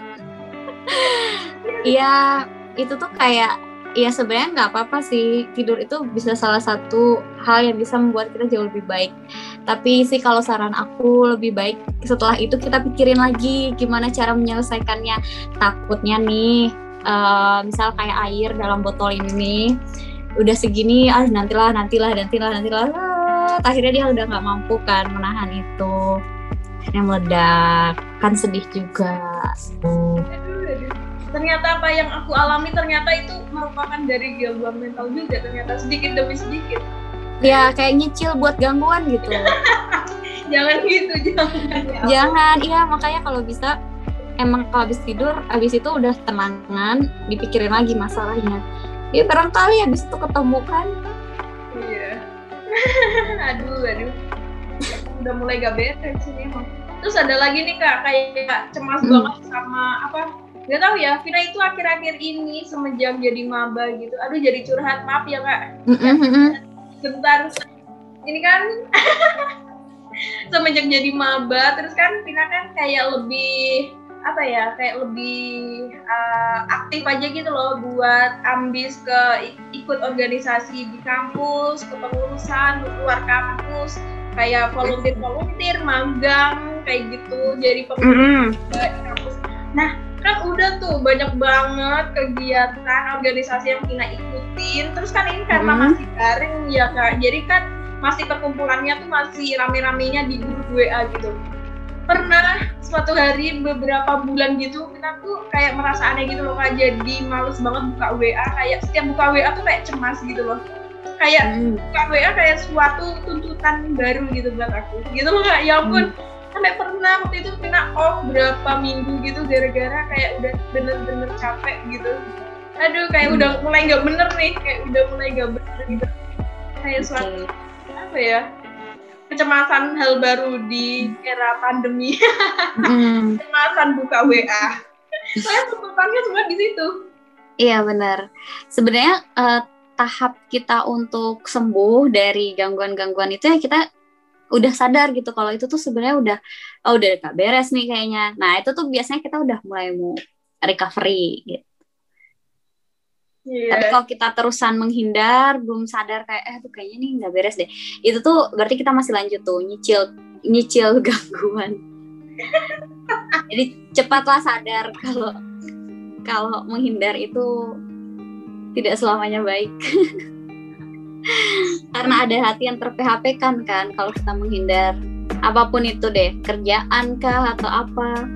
B: Iya, itu tuh kayak ya sebenarnya nggak apa-apa sih, tidur itu bisa salah satu hal yang bisa membuat kita jauh lebih baik. Tapi sih kalau saran aku lebih baik setelah itu kita pikirin lagi gimana cara menyelesaikannya. Takutnya nih, uh, misal kayak air dalam botol ini udah segini, ah nantilah, nantilah, nantilah, nantilah, ah, akhirnya dia udah nggak mampu kan menahan itu. Yang meledak, kan sedih juga.
A: Aduh, aduh. Ternyata apa yang aku alami ternyata itu merupakan dari gangguan mental juga, ternyata sedikit demi sedikit.
B: Ya kayak nyicil buat gangguan gitu.
A: Jangan gitu, jangan. Ya.
B: Jangan, iya makanya kalau bisa emang kalau habis tidur, habis itu udah tenangan, dipikirin lagi masalahnya. Ya barangkali habis itu ketemu kan. Iya.
A: aduh, aduh. Udah mulai gak beres sih emang. Terus ada lagi nih Kak, kayak cemas hmm. banget sama apa, nggak tahu ya, Vina itu akhir-akhir ini semenjak jadi maba gitu, aduh jadi curhat, maaf ya Kak, mm-hmm. bentar, ini kan semenjak jadi maba, terus kan Vina kan kayak lebih apa ya, kayak lebih uh, aktif aja gitu loh buat ambis ke ikut organisasi di kampus, kepengurusan, luar kampus, kayak volunteer-volunteer, magang, kayak gitu, jadi pengurus mm-hmm. di kampus. Nah, kan udah tuh banyak banget kegiatan organisasi yang Vina ikutin, terus kan ini karena mm-hmm. masih daring ya Kak, jadi kan masih perkumpulannya tuh masih rame-ramenya di grup W A gitu. Pernah suatu hari beberapa bulan gitu Vina tuh kayak merasa aneh gitu loh Kak, jadi males banget buka W A, kayak setiap buka W A tuh kayak cemas gitu loh, kayak hmm. buka W A kayak suatu tuntutan baru gitu buat aku gitu loh Kak, ya ampun. hmm. Sampai pernah waktu itu Vina off berapa minggu gitu gara-gara kayak udah bener-bener capek gitu, aduh kayak hmm. udah mulai nggak bener nih, kayak udah mulai nggak bener gitu, kayak okay. suatu apa ya, kecemasan hal baru di era pandemi. mm. Kecemasan buka W A. Saya tuntutannya semua di situ.
B: Iya benar. Sebenarnya uh, tahap kita untuk sembuh dari gangguan-gangguan itu ya kita udah sadar gitu kalau itu tuh sebenarnya udah oh udah gak beres nih kayaknya. Nah itu tuh biasanya kita udah mulai mau recovery gitu. Yeah. Tapi kalau kita terusan menghindar, belum sadar kayak eh tuh kayaknya nih nggak beres deh, itu tuh berarti kita masih lanjut tuh nyicil nyicil gangguan. Jadi cepatlah sadar kalau kalau menghindar itu tidak selamanya baik. Karena ada hati yang ter-P H P-kan kan kalau kita menghindar apapun itu deh, kerjaan kah atau apa.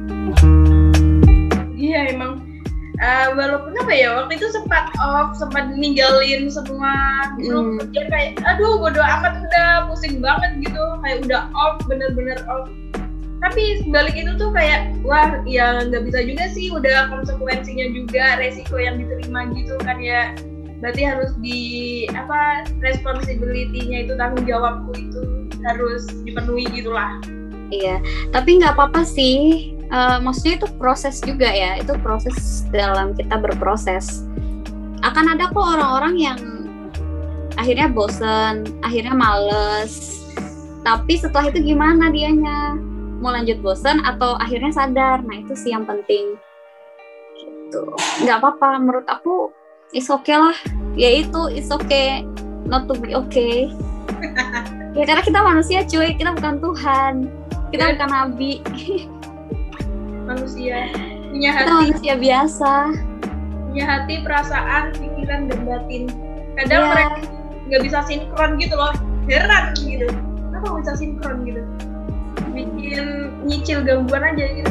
A: Iya emang. Uh, walaupun apa ya, waktu itu sempat off, sempat ninggalin semua grup kerja hmm. kayak aduh bodo amat, udah pusing banget gitu, kayak udah off, bener-bener off. Tapi sebalik itu tuh kayak wah ya nggak bisa juga sih, udah konsekuensinya juga, resiko yang diterima gitu kan ya, berarti harus di apa, responsibility-nya itu, tanggung jawabku itu harus dipenuhi gitulah.
B: Iya, tapi nggak apa-apa sih. Uh, maksudnya itu proses juga ya, itu proses dalam kita berproses. Akan ada kok orang-orang yang akhirnya bosen, akhirnya males, tapi setelah itu gimana dianya? Mau lanjut bosen atau akhirnya sadar? Nah itu sih yang penting gitu. Nggak apa-apa, menurut aku it's okay lah, ya itu it's okay not to be okay. Ya karena kita manusia cuy, kita bukan Tuhan, kita bukan nabi. Manusia punya hati, kita manusia biasa,
A: punya hati, perasaan, pikiran dan batin. Kadang yeah. mereka nggak bisa sinkron gitu loh, heran gitu. Kenapa nggak bisa sinkron gitu? Bikin nyicil gangguan aja gitu.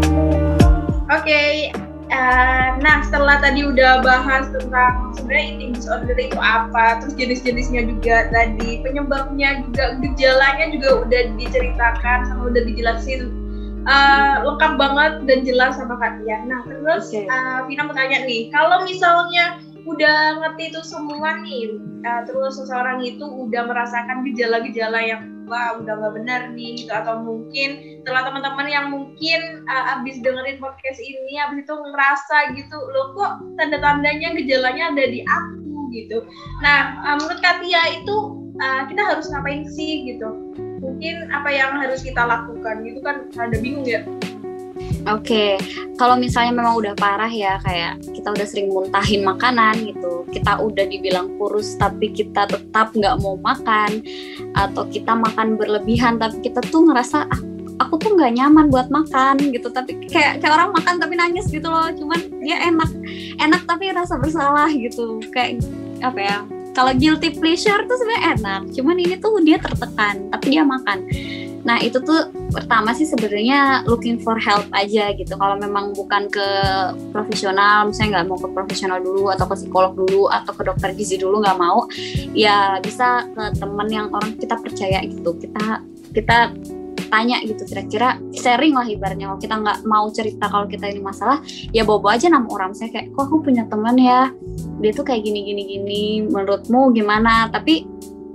A: Oke, okay. uh, nah setelah tadi udah bahas tentang sebenarnya eating disorder itu apa, terus jenis-jenisnya juga tadi, penyebabnya juga, gejalanya juga udah diceritakan sama udah dijelasin. Uh, lengkap banget dan jelas sama Kak Tia. Nah terus okay. uh, Vina mau tanya nih, kalau misalnya udah ngerti itu semua nih, uh, terus seseorang itu udah merasakan gejala-gejala yang wah udah nggak benar nih gitu, atau mungkin setelah teman-teman yang mungkin uh, abis dengerin podcast ini abis itu ngerasa gitu, loh kok tanda-tandanya gejalanya ada di aku gitu. Nah uh, menurut Kak Tia itu uh, kita harus ngapain sih gitu? Mungkin apa yang harus kita lakukan gitu kan, ada bingung ya.
B: Oke, okay. Kalau misalnya memang udah parah ya, kayak kita udah sering muntahin makanan gitu, kita udah dibilang kurus tapi kita tetap nggak mau makan, atau kita makan berlebihan tapi kita tuh ngerasa ah, aku tuh nggak nyaman buat makan gitu, tapi kayak kayak orang makan tapi nangis gitu loh, cuman ya enak enak tapi rasa bersalah gitu, kayak apa ya? Kalau guilty pleasure tuh sebenarnya enak, cuman ini tuh dia tertekan, tapi dia makan. Nah itu tuh pertama sih sebenarnya looking for help aja gitu. Kalau memang bukan ke profesional, misalnya nggak mau ke profesional dulu, atau ke psikolog dulu, atau ke dokter gizi dulu nggak mau, ya bisa ke teman yang orang kita percaya gitu. Kita kita tanya gitu, kira-kira sharing lah ibaratnya. Kalau kita nggak mau cerita kalau kita ini masalah, ya bawa-bawa aja nama orang. Misalnya kayak, kok aku punya teman ya, dia tuh kayak gini gini gini, menurutmu gimana? Tapi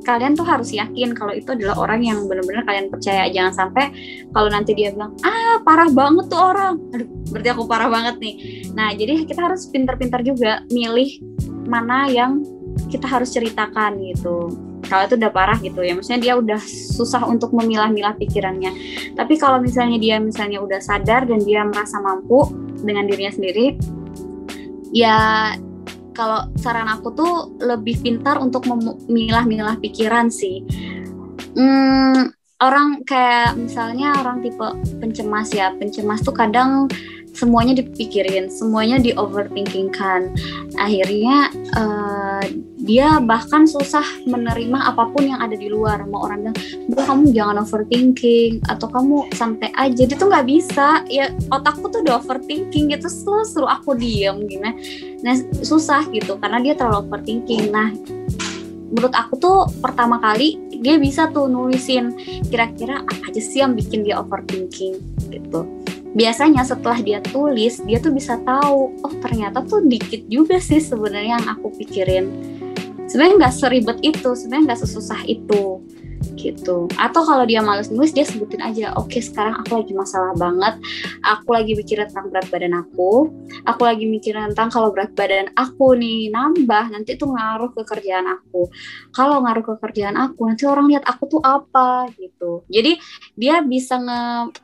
B: kalian tuh harus yakin kalau itu adalah orang yang benar-benar kalian percaya. Jangan sampai kalau nanti dia bilang, ah parah banget tuh orang, aduh berarti aku parah banget nih. Nah jadi kita harus pintar-pintar juga milih mana yang kita harus ceritakan gitu. Kalau itu udah parah gitu ya, maksudnya dia udah susah untuk memilah-milah pikirannya. Tapi kalau misalnya dia misalnya udah sadar dan dia merasa mampu dengan dirinya sendiri, ya kalau saran aku tuh lebih pintar untuk memilah-milah pikiran sih. Hmm, orang kayak misalnya orang tipe pencemas ya, pencemas tuh kadang semuanya dipikirin, semuanya di overthinking kan. Akhirnya uh, dia bahkan susah menerima apapun yang ada di luar. Mau orang bilang, "Udah kamu jangan overthinking," atau kamu santai aja. Dia tuh nggak bisa. Ya otakku tuh udah overthinking gitu, selalu suruh aku diem gimana. Nah susah gitu karena dia terlalu overthinking. Nah menurut aku tuh pertama kali dia bisa tuh nulisin kira-kira apa aja sih yang bikin dia overthinking gitu. Biasanya setelah dia tulis, dia tuh bisa tahu, oh ternyata tuh dikit juga sih sebenarnya yang aku pikirin. Sebenarnya nggak seribet itu, sebenarnya nggak sesusah itu, gitu. Atau kalau dia malas nulis, dia sebutin aja, oke okay, sekarang aku lagi masalah banget, aku lagi mikirin tentang berat badan aku, aku lagi mikirin tentang kalau berat badan aku nih nambah, nanti tuh ngaruh ke kerjaan aku. Kalau ngaruh ke kerjaan aku, nanti orang lihat aku tuh apa, gitu. Jadi dia bisa nge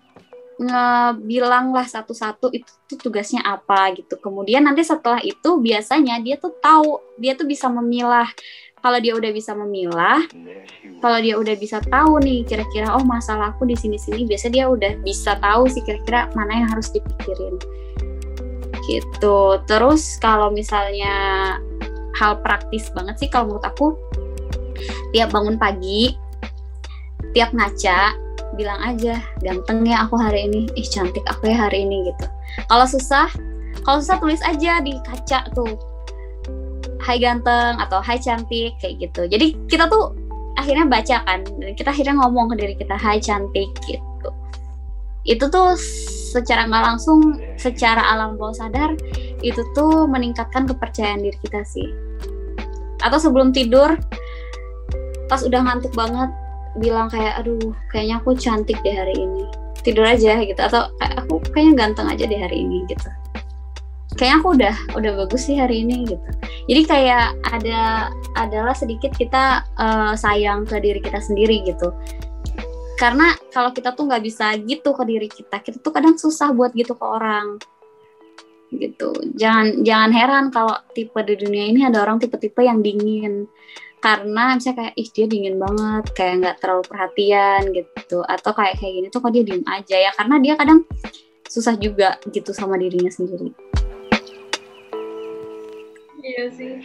B: ngebilang lah satu-satu itu tuh tugasnya apa gitu. Kemudian nanti setelah itu biasanya dia tuh tahu, dia tuh bisa memilah. Kalau dia udah bisa memilah, kalau dia udah bisa tahu nih kira-kira oh masalahku di sini-sini, biasanya dia udah bisa tahu sih kira-kira mana yang harus dipikirin. Gitu. Terus kalau misalnya hal praktis banget sih kalau menurut aku, tiap bangun pagi, tiap ngaca bilang aja, ganteng ya aku hari ini, ih cantik aku ya hari ini gitu. Kalau susah, kalau susah tulis aja di kaca tuh, hai ganteng atau hai cantik kayak gitu. Jadi kita tuh akhirnya baca kan, dan kita akhirnya ngomong ke diri kita, hai cantik gitu. Itu tuh secara nggak langsung, secara alam bawah sadar, itu tuh meningkatkan kepercayaan diri kita sih. Atau sebelum tidur, pas udah ngantuk banget, bilang kayak aduh kayaknya aku cantik deh hari ini, tidur aja gitu. Atau kayak aku kayaknya ganteng aja deh hari ini gitu, kayaknya aku udah udah bagus sih hari ini gitu. Jadi kayak ada adalah sedikit kita uh, sayang ke diri kita sendiri gitu. Karena kalau kita tuh nggak bisa gitu ke diri kita, kita tuh kadang susah buat gitu ke orang gitu. Jangan jangan heran kalau tipe di dunia ini ada orang tipe-tipe yang dingin. Karena misalnya kayak, ih dia dingin banget, kayak nggak terlalu perhatian gitu. Atau kayak kayak gini tuh kok dia diem aja ya. Karena dia kadang susah juga gitu sama dirinya sendiri.
A: Iya sih.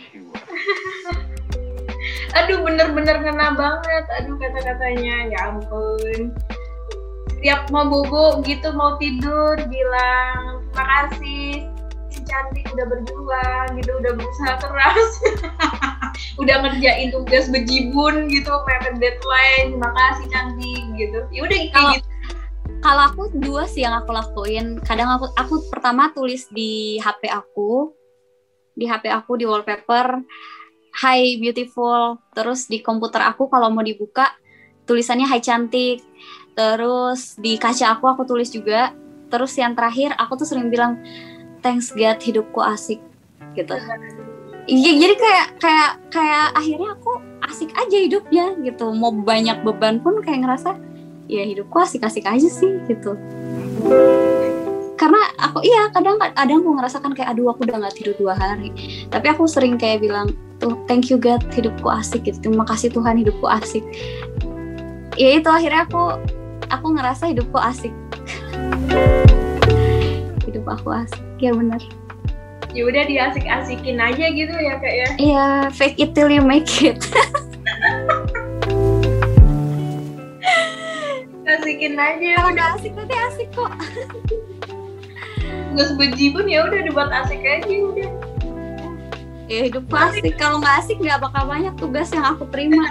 A: Aduh bener-bener ngena banget. Aduh kata-katanya, ya ampun. Setiap mau bobo gitu, mau tidur, bilang makasih si cantik udah berjuang gitu, udah berusaha keras. Udah ngerjain tugas bejibun gitu, mepet deadline, makasih cantik gitu. Ya udah kayak gitu.
B: Kalau aku dua sih yang aku lakuin. Kadang aku aku pertama tulis di H P aku, di H P aku di wallpaper, hi beautiful. Terus di komputer aku kalau mau dibuka tulisannya hi cantik. Terus di kaca aku aku tulis juga. Terus yang terakhir aku tuh sering bilang thanks God hidupku asik gitu. Iya, jadi kayak kayak kayak akhirnya aku asik aja hidupnya gitu. Mau banyak beban pun kayak ngerasa ya hidupku asik-asik aja sih gitu. Karena aku iya kadang kadang aku ngerasakan kayak aduh aku udah nggak tidur dua hari. Tapi aku sering kayak bilang tuh thank you God hidupku asik gitu. Terima kasih Tuhan hidupku asik. Ya itu akhirnya aku aku ngerasa hidupku asik. Hidup aku asik ya benar.
A: Ya udah diasik-asikin aja gitu ya Kak ya.
B: Iya, fake it till you make it.
A: Asikin aja.
B: Kalau udah asik nanti asik kok.
A: Nggak sebejibun ya udah dibuat asik aja udah.
B: Ya hidup asik. Kalau nggak asik nggak bakal banyak tugas yang aku terima.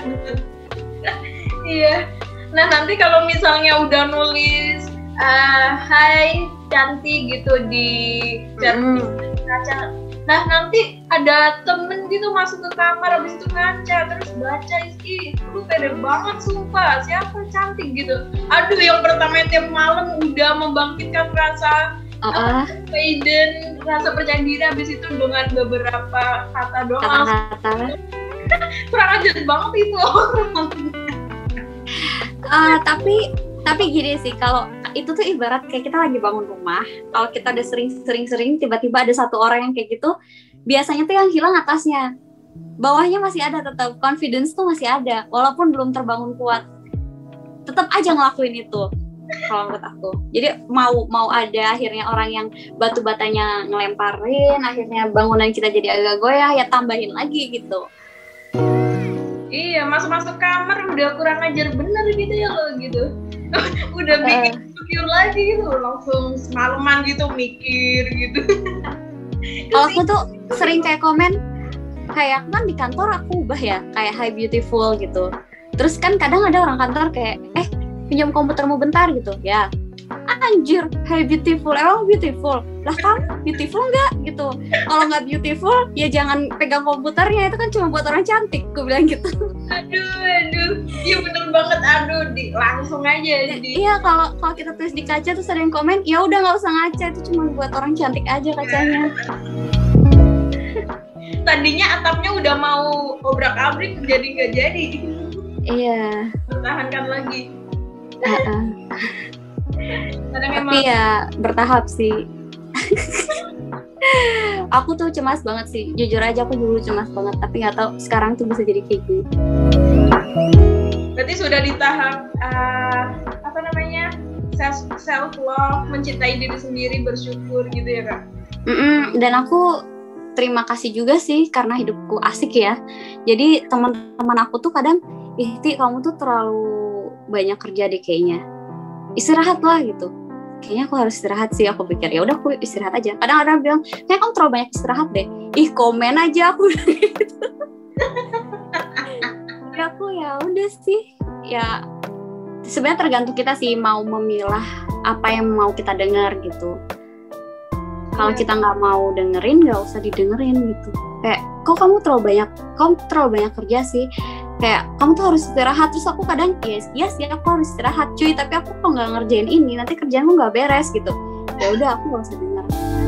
A: Iya. Nah nanti kalau misalnya udah nulis uh, hai cantik gitu di chat mm. kaca, Nah nanti ada temen gitu masuk ke kamar habis itu ngaca terus baca, ih lu pede banget sumpah, siapa cantik gitu. Aduh yang pertama tiap malam udah membangkitkan rasa
B: uh-uh.
A: Aiden, rasa percaya diri, habis itu dengan beberapa kata doa
B: kata-kata
A: kurang ajar banget itu orang.
B: uh, tapi tapi gini sih, kalau itu tuh ibarat kayak kita lagi bangun rumah, kalau kita udah sering-sering-sering tiba-tiba ada satu orang yang kayak gitu, biasanya tuh yang hilang atasnya, bawahnya masih ada, tetap confidence tuh masih ada walaupun belum terbangun kuat, tetap aja ngelakuin itu kalau menurut aku. Jadi mau mau ada akhirnya orang yang batu batanya ngelemparin, akhirnya bangunan kita jadi agak goyah, ya tambahin lagi gitu.
A: Iya, masuk-masuk kamar udah kurang ajar bener gitu ya lo gitu. Udah bikin mikir lagi gitu, langsung semalaman gitu mikir gitu.
B: Kalau aku tuh sering kayak komen, kayak kan di kantor aku ubah ya, kayak hi beautiful gitu. Terus kan kadang ada orang kantor kayak, eh pinjam komputermu bentar gitu, ya anjir, hi beautiful, emang beautiful? Lah kamu beautiful nggak gitu? Kalau nggak beautiful, ya jangan pegang komputernya, itu kan cuma buat orang cantik, gue bilang gitu.
A: Aduh, aduh, iya bener banget, aduh, di, langsung aja. Di.
B: Iya, kalau kalau kita tulis di kaca terus ada yang komen, ya udah nggak usah ngaca, itu cuma buat orang cantik aja kacanya.
A: Tadinya atapnya udah mau obrak-abrik, jadi nggak jadi.
B: Iya.
A: Pertahankan lagi.
B: Uh-uh.
A: Tapi
B: emang... ya bertahap sih. Aku tuh cemas banget sih, jujur aja aku dulu cemas banget, tapi nggak tahu sekarang tuh bisa jadi kayak gini.
A: Berarti sudah di tahap uh, apa namanya self self love, mencintai diri sendiri, bersyukur gitu ya kak.
B: Mm-mm, dan aku terima kasih juga sih karena hidupku asik ya. Jadi teman-teman aku tuh kadang, ih Ti kamu tuh terlalu banyak kerja deh kayaknya, istirahat lah gitu. Kayaknya aku harus istirahat sih, aku pikir ya udah aku istirahat aja. Kadang-kadang bilang kayak kamu terlalu banyak istirahat deh, ih komen aja aku gitu. Ya aku ya udah sih, ya sebenarnya tergantung kita sih mau memilah apa yang mau kita dengar gitu. Kalau ya. Kita nggak mau dengerin, nggak usah didengerin gitu. Kayak kok kamu terlalu banyak, kamu terlalu banyak kerja sih. Kayak kamu tuh harus istirahat. Terus aku kadang yes, yes ya aku harus istirahat cuy, tapi aku kok nggak ngerjain ini, nanti kerjaanku nggak beres gitu. Ya udah aku nggak usah dengar.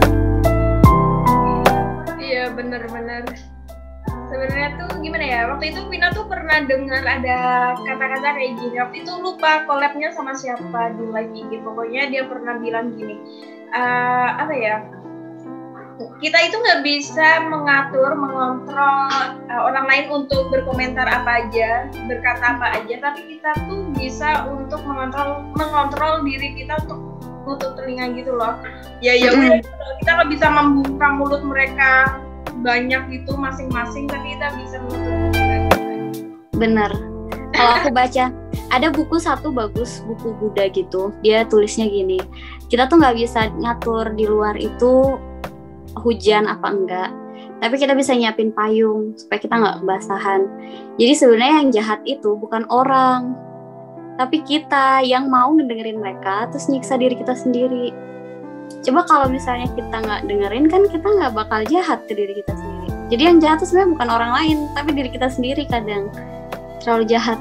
A: Iya benar-benar. Sebenarnya tuh gimana ya, waktu itu Vina tuh pernah dengar ada kata-kata kayak gini. Waktu itu lupa collab-nya sama siapa di live I G. Pokoknya dia pernah bilang gini, uh, apa ya, kita itu nggak bisa mengatur, mengontrol uh, orang lain untuk berkomentar apa aja, berkata apa aja, tapi kita tuh bisa untuk mengontrol mengontrol diri kita untuk nutup telinga gitu loh. Ya ya udah, mm-hmm. Kita nggak bisa membuka mulut mereka banyak gitu masing-masing, tapi kita bisa menutup telinga.
B: Bener. Kalau aku baca ada buku satu bagus, buku Buddha gitu, dia tulisnya gini, kita tuh nggak bisa ngatur di luar itu hujan apa enggak, tapi kita bisa nyiapin payung supaya kita nggak kebasahan. Jadi sebenarnya yang jahat itu bukan orang, tapi kita yang mau ngedengerin mereka terus nyiksa diri kita sendiri. Coba kalau misalnya kita nggak dengerin, kan kita nggak bakal jahat ke diri kita sendiri. Jadi yang jahat itu sebenarnya bukan orang lain, tapi diri kita sendiri kadang terlalu jahat.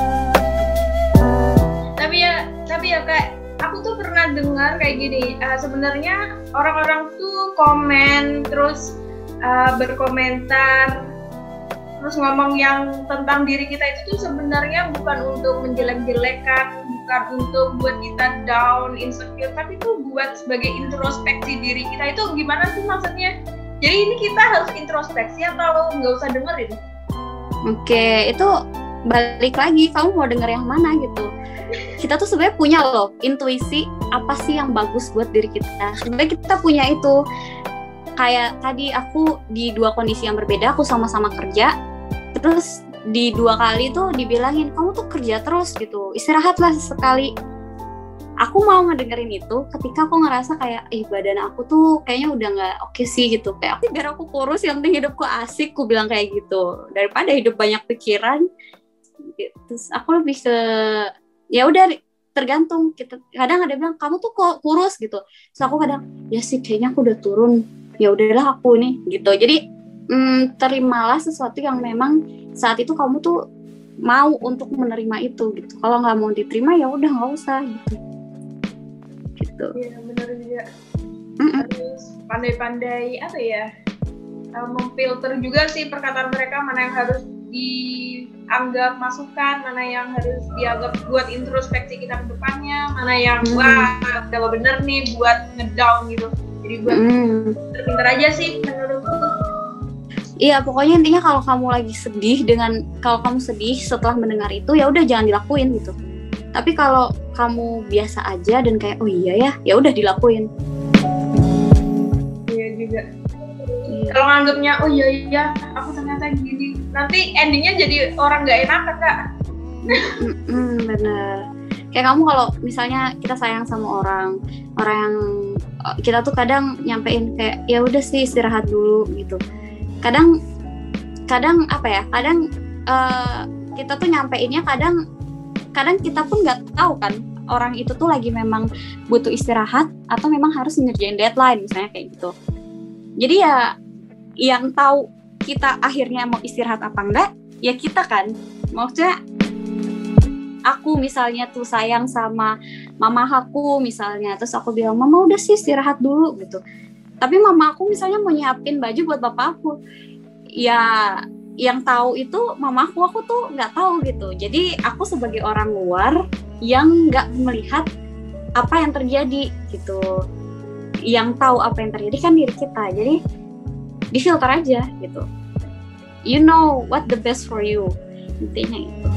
A: Tapi ya, tapi ya kayak aku tuh pernah dengar kayak gini, uh, sebenarnya orang-orang tuh komen terus uh, berkomentar terus ngomong yang tentang diri kita itu tuh sebenarnya bukan untuk menjelek-jelekan, bukan untuk buat kita down, insecure, tapi itu buat sebagai introspeksi diri kita. Itu gimana sih maksudnya? Jadi ini kita harus introspeksi atau nggak usah dengerin?
B: Oke, itu balik lagi, kamu mau denger yang mana gitu. Kita tuh sebenarnya punya loh intuisi apa sih yang bagus buat diri kita. Sebenarnya kita punya itu. Kayak tadi aku di dua kondisi yang berbeda, aku sama-sama kerja, terus di dua kali tuh dibilangin kamu tuh kerja terus gitu, istirahatlah sekali. Aku mau ngedengerin itu ketika aku ngerasa kayak ih badan aku tuh kayaknya udah nggak oke sih gitu, kayak aku biar aku kurus, yang penting hidupku asik, aku bilang kayak gitu, daripada hidup banyak pikiran. Terus aku lebih ke ya udah tergantung kita. Kadang ada bilang kamu tuh kok kurus gitu, terus aku kadang ya sih kayaknya aku udah turun, ya udahlah aku nih gitu. Jadi mm, terimalah sesuatu yang memang saat itu kamu tuh mau untuk menerima itu gitu. Kalau nggak mau diterima ya udah nggak usah gitu. Gitu.
A: Iya benar juga. Mm-mm. Harus pandai-pandai apa ya, uh, memfilter juga sih perkataan mereka, mana yang harus dianggap masukan, mana yang harus dianggap buat introspeksi kita ke depannya, mana yang mm. wah udah bener nih buat ngedown gitu. Jadi buat mm. pinter-pinter aja sih menurutku.
B: Iya, pokoknya intinya kalau kamu lagi sedih dengan kalau kamu sedih setelah mendengar itu ya udah jangan dilakuin gitu. Tapi kalau kamu biasa aja dan kayak oh iya ya, ya udah dilakuin.
A: Iya juga. Iya. Kalau nganggapnya oh iya iya, aku ternyata gini, nanti endingnya jadi orang nggak enakan Kak.
B: Mm-mm, bener. Kayak kamu kalau misalnya kita sayang sama orang, orang yang kita tuh kadang nyampein kayak ya udah sih istirahat dulu gitu. Kadang, kadang apa ya? Kadang uh, kita tuh nyampeinnya kadang, kadang kita pun nggak tahu kan orang itu tuh lagi memang butuh istirahat atau memang harus ngerjain deadline misalnya kayak gitu. Jadi ya yang tahu kita akhirnya mau istirahat apa enggak ya kita kan. Maksudnya aku misalnya tuh sayang sama mama aku misalnya, terus aku bilang mama udah sih istirahat dulu gitu. Tapi mama aku misalnya mau nyiapin baju buat bapak aku, ya yang tahu itu mama aku, aku tuh nggak tahu gitu. Jadi aku sebagai orang luar yang nggak melihat apa yang terjadi gitu. Yang tahu apa yang terjadi kan diri kita. Jadi difilter aja gitu. You know what the best for you. Intinya itu.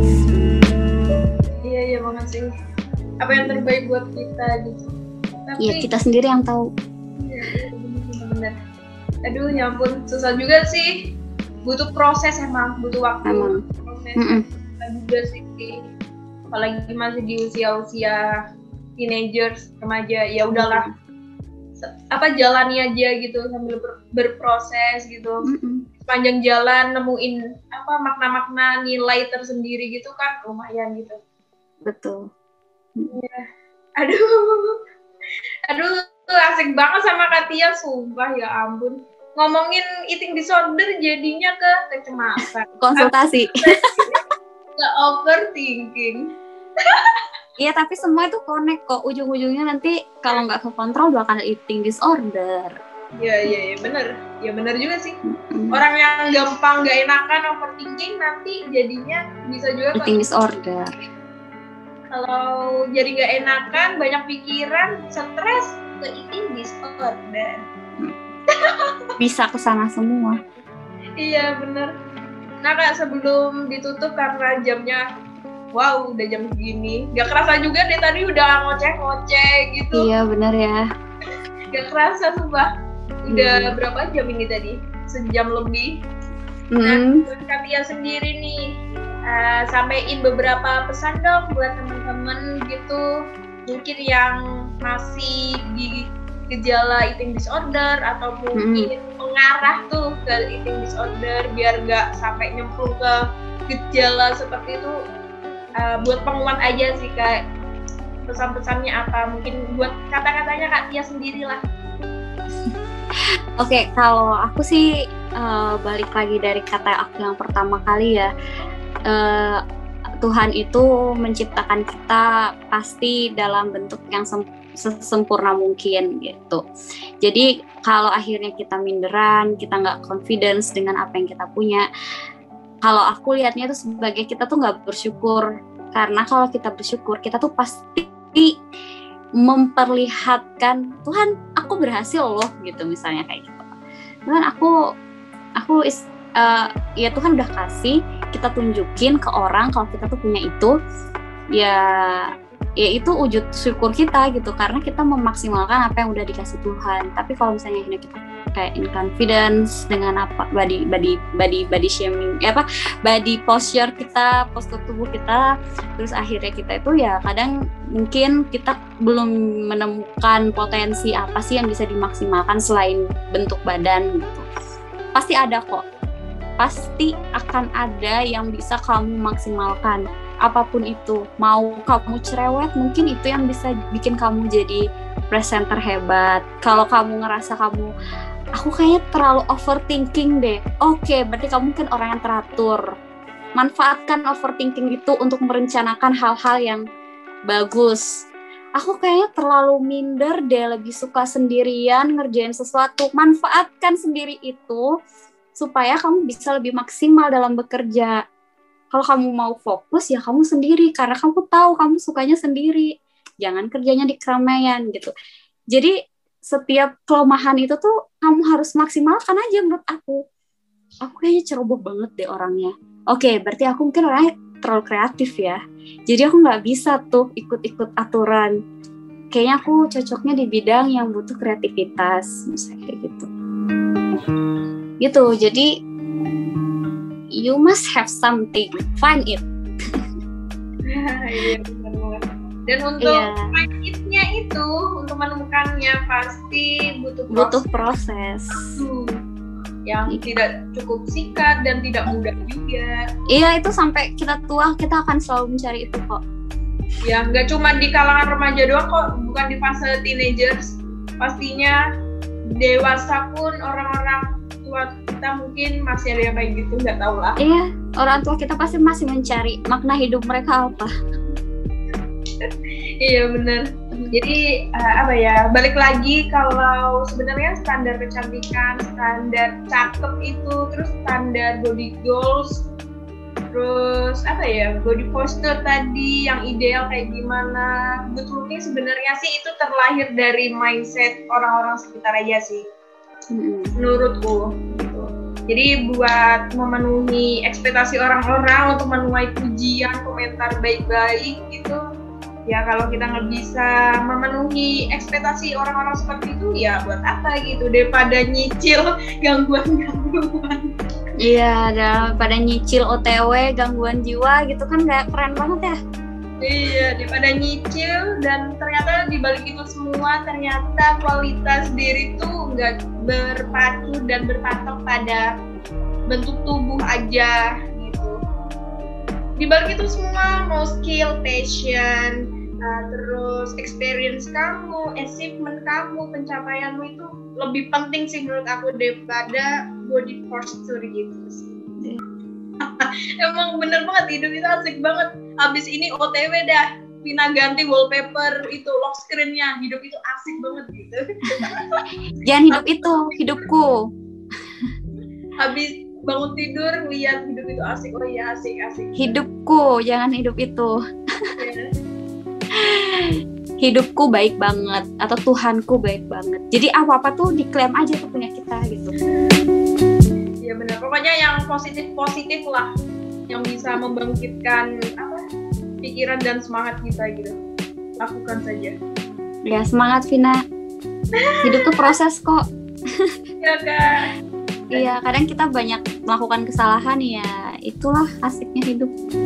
A: Iya iya banget sih. Apa yang terbaik buat kita gitu. Tapi
B: ya kita sendiri yang tahu.
A: Iya benar. Aduh ya ampun, susah juga sih. Butuh proses emang, butuh waktu.
B: Emang.
A: Proses juga sih. Apalagi masih di usia-usia teenagers, remaja, ya udahlah. Apa jalani aja gitu sambil ber- berproses gitu. Mm-mm. Sepanjang jalan nemuin apa makna-makna nilai tersendiri gitu kan lumayan gitu.
B: Betul.
A: Ya. Aduh. Aduh, asik banget sama Katia, sumpah ya ampun. Ngomongin eating disorder jadinya ke kecemasan.
B: Konsultasi.
A: Ke overthinking.
B: Iya, tapi semua itu connect kok. Ujung-ujungnya nanti kalau nggak kekontrol bakal eating disorder.
A: Iya, iya, iya, bener. Ya bener juga sih. Mm-hmm. Orang yang gampang nggak enakan overthinking nanti jadinya bisa juga
B: eating disorder.
A: Kalau jadi nggak enakan, banyak pikiran, stres, ke eating disorder.
B: Bisa kesana semua.
A: Iya bener. Nah Kak, sebelum ditutup karena jamnya, wow udah jam segini, gak kerasa juga deh tadi udah ngoceh-ngoceh gitu.
B: Iya bener ya.
A: Gak kerasa sumpah. Udah hmm. berapa jam ini tadi? Sejam lebih. Hmm. Nah, buat Katia sendiri nih, uh, sampein beberapa pesan dong buat teman-teman gitu, mungkin yang masih di gejala eating disorder atau mungkin hmm. mengarah tuh ke eating disorder biar gak sampai nyemplung ke gejala seperti itu. Uh, buat penguat aja sih kayak pesan-pesannya apa, mungkin buat kata-katanya Kak Tia sendirilah.
B: Oke, okay, kalau aku sih uh, balik lagi dari kata aku yang pertama kali ya, uh, Tuhan itu menciptakan kita pasti dalam bentuk yang sem- sesempurna mungkin gitu. Jadi kalau akhirnya kita minderan, kita nggak confidence dengan apa yang kita punya, kalau aku lihatnya itu sebagai kita tuh nggak bersyukur. Karena kalau kita bersyukur, kita tuh pasti memperlihatkan Tuhan, aku berhasil loh gitu misalnya kayak gitu. Tuhan aku aku is, uh, ya Tuhan udah kasih, kita tunjukin ke orang kalau kita tuh punya itu, ya ya itu wujud syukur kita gitu, karena kita memaksimalkan apa yang udah dikasih Tuhan. Tapi kalau misalnya ini kita kayak in confidence dengan apa body body body body shaming ya apa body posture kita, postur tubuh kita, terus akhirnya kita itu ya kadang mungkin kita belum menemukan potensi apa sih yang bisa dimaksimalkan selain bentuk badan gitu. Pasti ada kok, pasti akan ada yang bisa kamu maksimalkan apapun itu. Mau kamu cerewet, mungkin itu yang bisa bikin kamu jadi presenter hebat. Kalau kamu ngerasa kamu aku kayaknya terlalu overthinking deh. Oke, berarti kamu mungkin orang yang teratur. Manfaatkan overthinking itu untuk merencanakan hal-hal yang bagus. Aku kayaknya terlalu minder deh, lebih suka sendirian ngerjain sesuatu. Manfaatkan sendiri itu supaya kamu bisa lebih maksimal dalam bekerja. Kalau kamu mau fokus ya kamu sendiri, karena kamu tahu kamu sukanya sendiri. Jangan kerjanya di keramaian gitu. Jadi setiap kelemahan itu tuh kamu harus maksimalkan aja menurut aku. Aku kayaknya ceroboh banget deh orangnya. Oke, berarti aku mungkin orangnya terlalu kreatif ya. Jadi aku nggak bisa tuh ikut-ikut aturan. Kayaknya aku cocoknya di bidang yang butuh kreativitas, misalnya kayak gitu. Gitu, jadi you must have something, find it.
A: Iya, benar banget. Dan untuk yeah. find it-nya itu, untuk menemukannya pasti butuh proses.
B: Butuh proses.
A: Hmm. Yang tidak cukup singkat dan tidak mudah juga.
B: Iya, itu sampai kita tua kita akan selalu mencari itu kok.
A: Ya, nggak cuma di kalangan remaja doang kok, bukan di fase teenagers. Pastinya dewasa pun orang-orang tua kita mungkin masih ada yang kayak gitu, nggak tahu lah.
B: Iya, orang tua kita pasti masih mencari makna hidup mereka apa.
A: Iya benar. Jadi uh, apa ya, balik lagi kalau sebenarnya standar kecantikan, standar cakep itu, terus standar body goals, terus apa ya, body posture tadi yang ideal kayak gimana, good looking sebenarnya sih itu terlahir dari mindset orang-orang sekitar aja sih, mm-hmm. menurutku gitu. Jadi buat memenuhi ekspektasi orang-orang untuk menuai pujian, komentar baik-baik gitu, ya kalau kita nggak bisa memenuhi ekspektasi orang-orang seperti itu, ya buat apa gitu, daripada nyicil gangguan-gangguan.
B: Iya, daripada nyicil O T W, gangguan jiwa gitu kan nggak keren banget ya.
A: Iya, daripada nyicil dan ternyata dibalik itu semua ternyata kualitas diri tuh nggak berpacu dan berpatok pada bentuk tubuh aja gitu. Dibalik itu semua mau skill, passion, uh, terus experience kamu, achievement kamu, pencapaianmu itu lebih penting sih menurut aku daripada body posture gitu sih. Emang bener banget, hidup itu asik banget. Habis ini O T W dah, Vina ganti wallpaper itu, lock screen-nya. Hidup itu asik banget gitu.
B: Jangan hidup itu, hidupku.
A: Habis bangun tidur, lihat hidup itu asik. Oh iya, asik-asik.
B: Hidupku, jangan hidup itu. Hidupku baik banget, atau Tuhanku baik banget. Jadi apa-apa tuh diklaim aja tuh punya kita gitu.
A: Ya benar, pokoknya yang positif-positif lah, yang bisa membangkitkan apa, pikiran dan semangat kita gitu. Lakukan saja.
B: Ya semangat Vina. Hidup tuh proses kok.
A: Iya Kak.
B: Iya, kadang kita banyak melakukan kesalahan ya. Itulah asiknya hidup.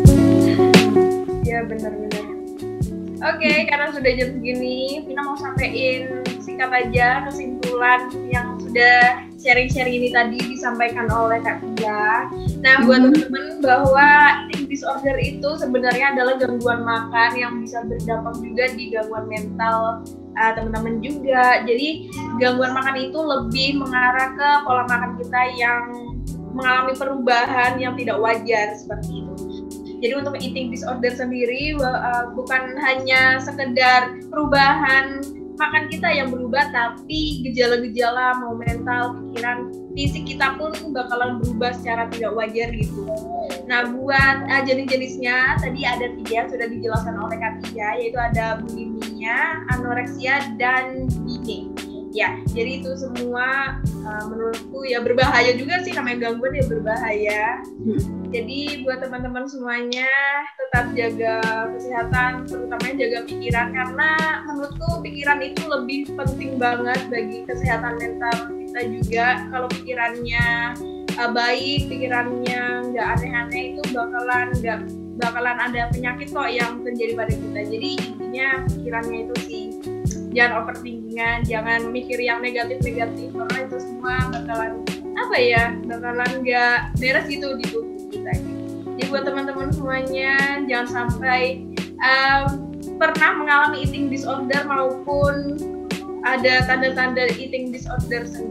A: Iya benar-benar. Oke, okay, karena sudah jam segini, Vina mau sampein singkat aja kesimpulan yang sudah sharing-sharing ini tadi disampaikan oleh Kak Tia. Nah, buat mm-hmm. teman-teman bahwa eating disorder itu sebenarnya adalah gangguan makan yang bisa berdampak juga di gangguan mental uh, teman-teman juga. Jadi gangguan makan itu lebih mengarah ke pola makan kita yang mengalami perubahan yang tidak wajar seperti itu. Jadi untuk eating disorder sendiri uh, bukan hanya sekedar perubahan makan kita yang berubah, tapi gejala-gejala mau mental, pikiran, fisik kita pun bakalan berubah secara tidak wajar gitu. Nah buat uh, jenis-jenisnya tadi ada tiga yang sudah dijelaskan oleh Kak Tia, yaitu ada bulimia, anoreksia, dan binge. Ya, jadi itu semua uh, menurutku ya berbahaya juga sih, namanya gangguan ya berbahaya. Hmm. Jadi buat teman-teman semuanya tetap jaga kesehatan, terutama jaga pikiran, karena menurutku pikiran itu lebih penting banget bagi kesehatan mental kita juga. Kalau pikirannya uh, baik, pikirannya nggak aneh-aneh, itu bakalan nggak bakalan ada penyakit kok yang terjadi pada kita. Jadi intinya pikirannya itu sih, jangan overthinkingan, jangan mikir yang negatif-negatif, karena itu semua bakalan apa ya, bakalan nggak beres gitu di tubuh kita. Jadi buat teman-teman semuanya jangan sampai um, pernah mengalami eating disorder maupun ada tanda-tanda eating disorder sendiri.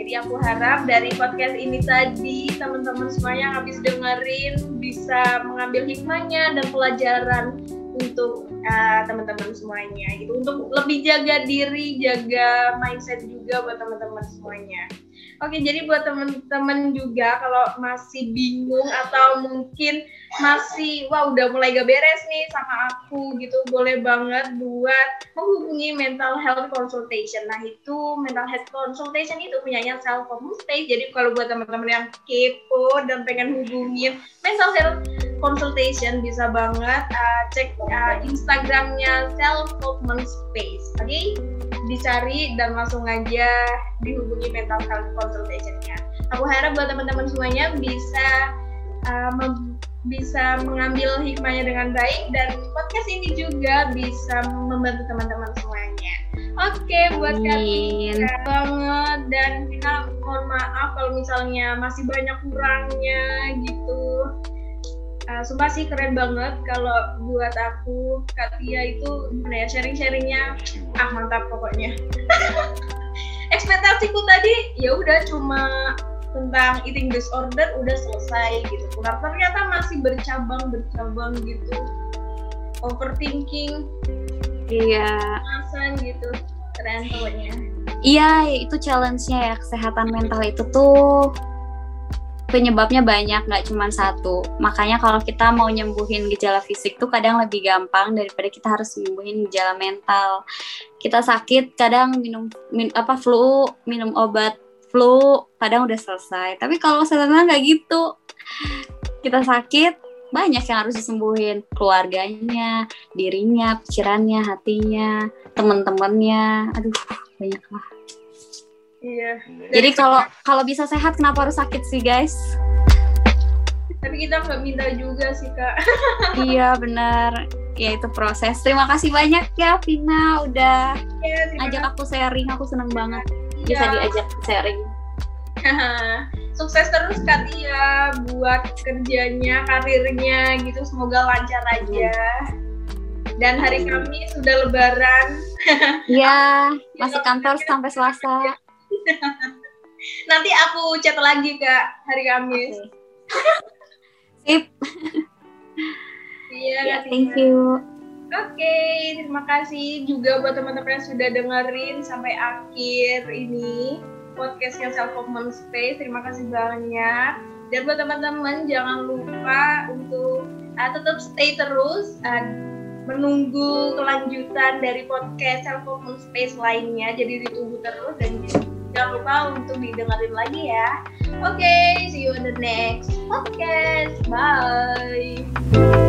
A: Jadi aku harap dari podcast ini tadi teman-teman semuanya yang habis dengerin bisa mengambil hikmahnya dan pelajaran untuk uh, teman-teman semuanya gitu, untuk lebih jaga diri, jaga mindset juga buat teman-teman semuanya. Oke, jadi buat teman-teman juga kalau masih bingung atau mungkin masih wah udah mulai gak beres nih sama aku gitu, boleh banget buat menghubungi mental health consultation. Nah, itu mental health consultation itu punyanya Self Home Space. Jadi kalau buat teman-teman yang kepo dan pengen hubungin mental health consultation bisa banget uh, cek uh, Instagramnya Self Home Space. Oke? Okay? Dicari dan langsung aja dihubungi mental health consultation-nya. Aku harap buat teman-teman semuanya bisa uh, mem- bisa mengambil hikmahnya dengan baik dan podcast ini juga bisa membantu teman-teman semuanya. Oke, okay, buat kalian banget dan kita mohon maaf kalau misalnya masih banyak kurangnya gitu. Uh, sumpah sih keren banget kalau buat aku, Kak Tia itu gimana ya, sharing-sharingnya ah mantap pokoknya. Ekspektasiku tadi ya udah cuma tentang eating disorder udah selesai gitu. Nah, ternyata masih bercabang-bercabang gitu. Overthinking.
B: Iya.
A: Kemasan gitu. Keren pokoknya.
B: Iya, itu challenge-nya ya, kesehatan mental itu tuh penyebabnya banyak, nggak cuma satu. Makanya kalau kita mau nyembuhin gejala fisik tuh kadang lebih gampang daripada kita harus nyembuhin gejala mental. Kita sakit, kadang minum min, apa flu, minum obat flu, kadang udah selesai. Tapi kalau kesehatan nggak gitu. Kita sakit, banyak yang harus disembuhin. Keluarganya, dirinya, pikirannya, hatinya, teman-temannya. Aduh, banyak lah.
A: Iya.
B: Jadi kalau kalau bisa sehat kenapa harus sakit sih guys?
A: Tapi kita nggak minta juga sih Kak.
B: Iya benar. Ya itu proses. Terima kasih banyak ya Vina udah ya, ajak aku sharing. Aku seneng banget bisa ya. diajak sharing.
A: Sukses terus Kak Tia buat kerjanya, karirnya gitu. Semoga lancar aja. Dan hari Kamis sudah Lebaran.
B: Iya, masih kantor sampai Selasa.
A: Nanti aku chat lagi Kak hari Kamis.
B: Okay. Sip.
A: Iya,
B: yeah, thank you.
A: Oke, okay, terima kasih juga buat teman-teman yang sudah dengerin sampai akhir ini podcastnya Self Home Space. Terima kasih banyak. Dan buat teman-teman jangan lupa untuk uh, tetap stay terus uh, menunggu kelanjutan dari podcast Self Home Space lainnya. Jadi ditunggu terus dan jangan lupa untuk didengarin lagi ya. Oke, okay, see you on the next podcast. Bye.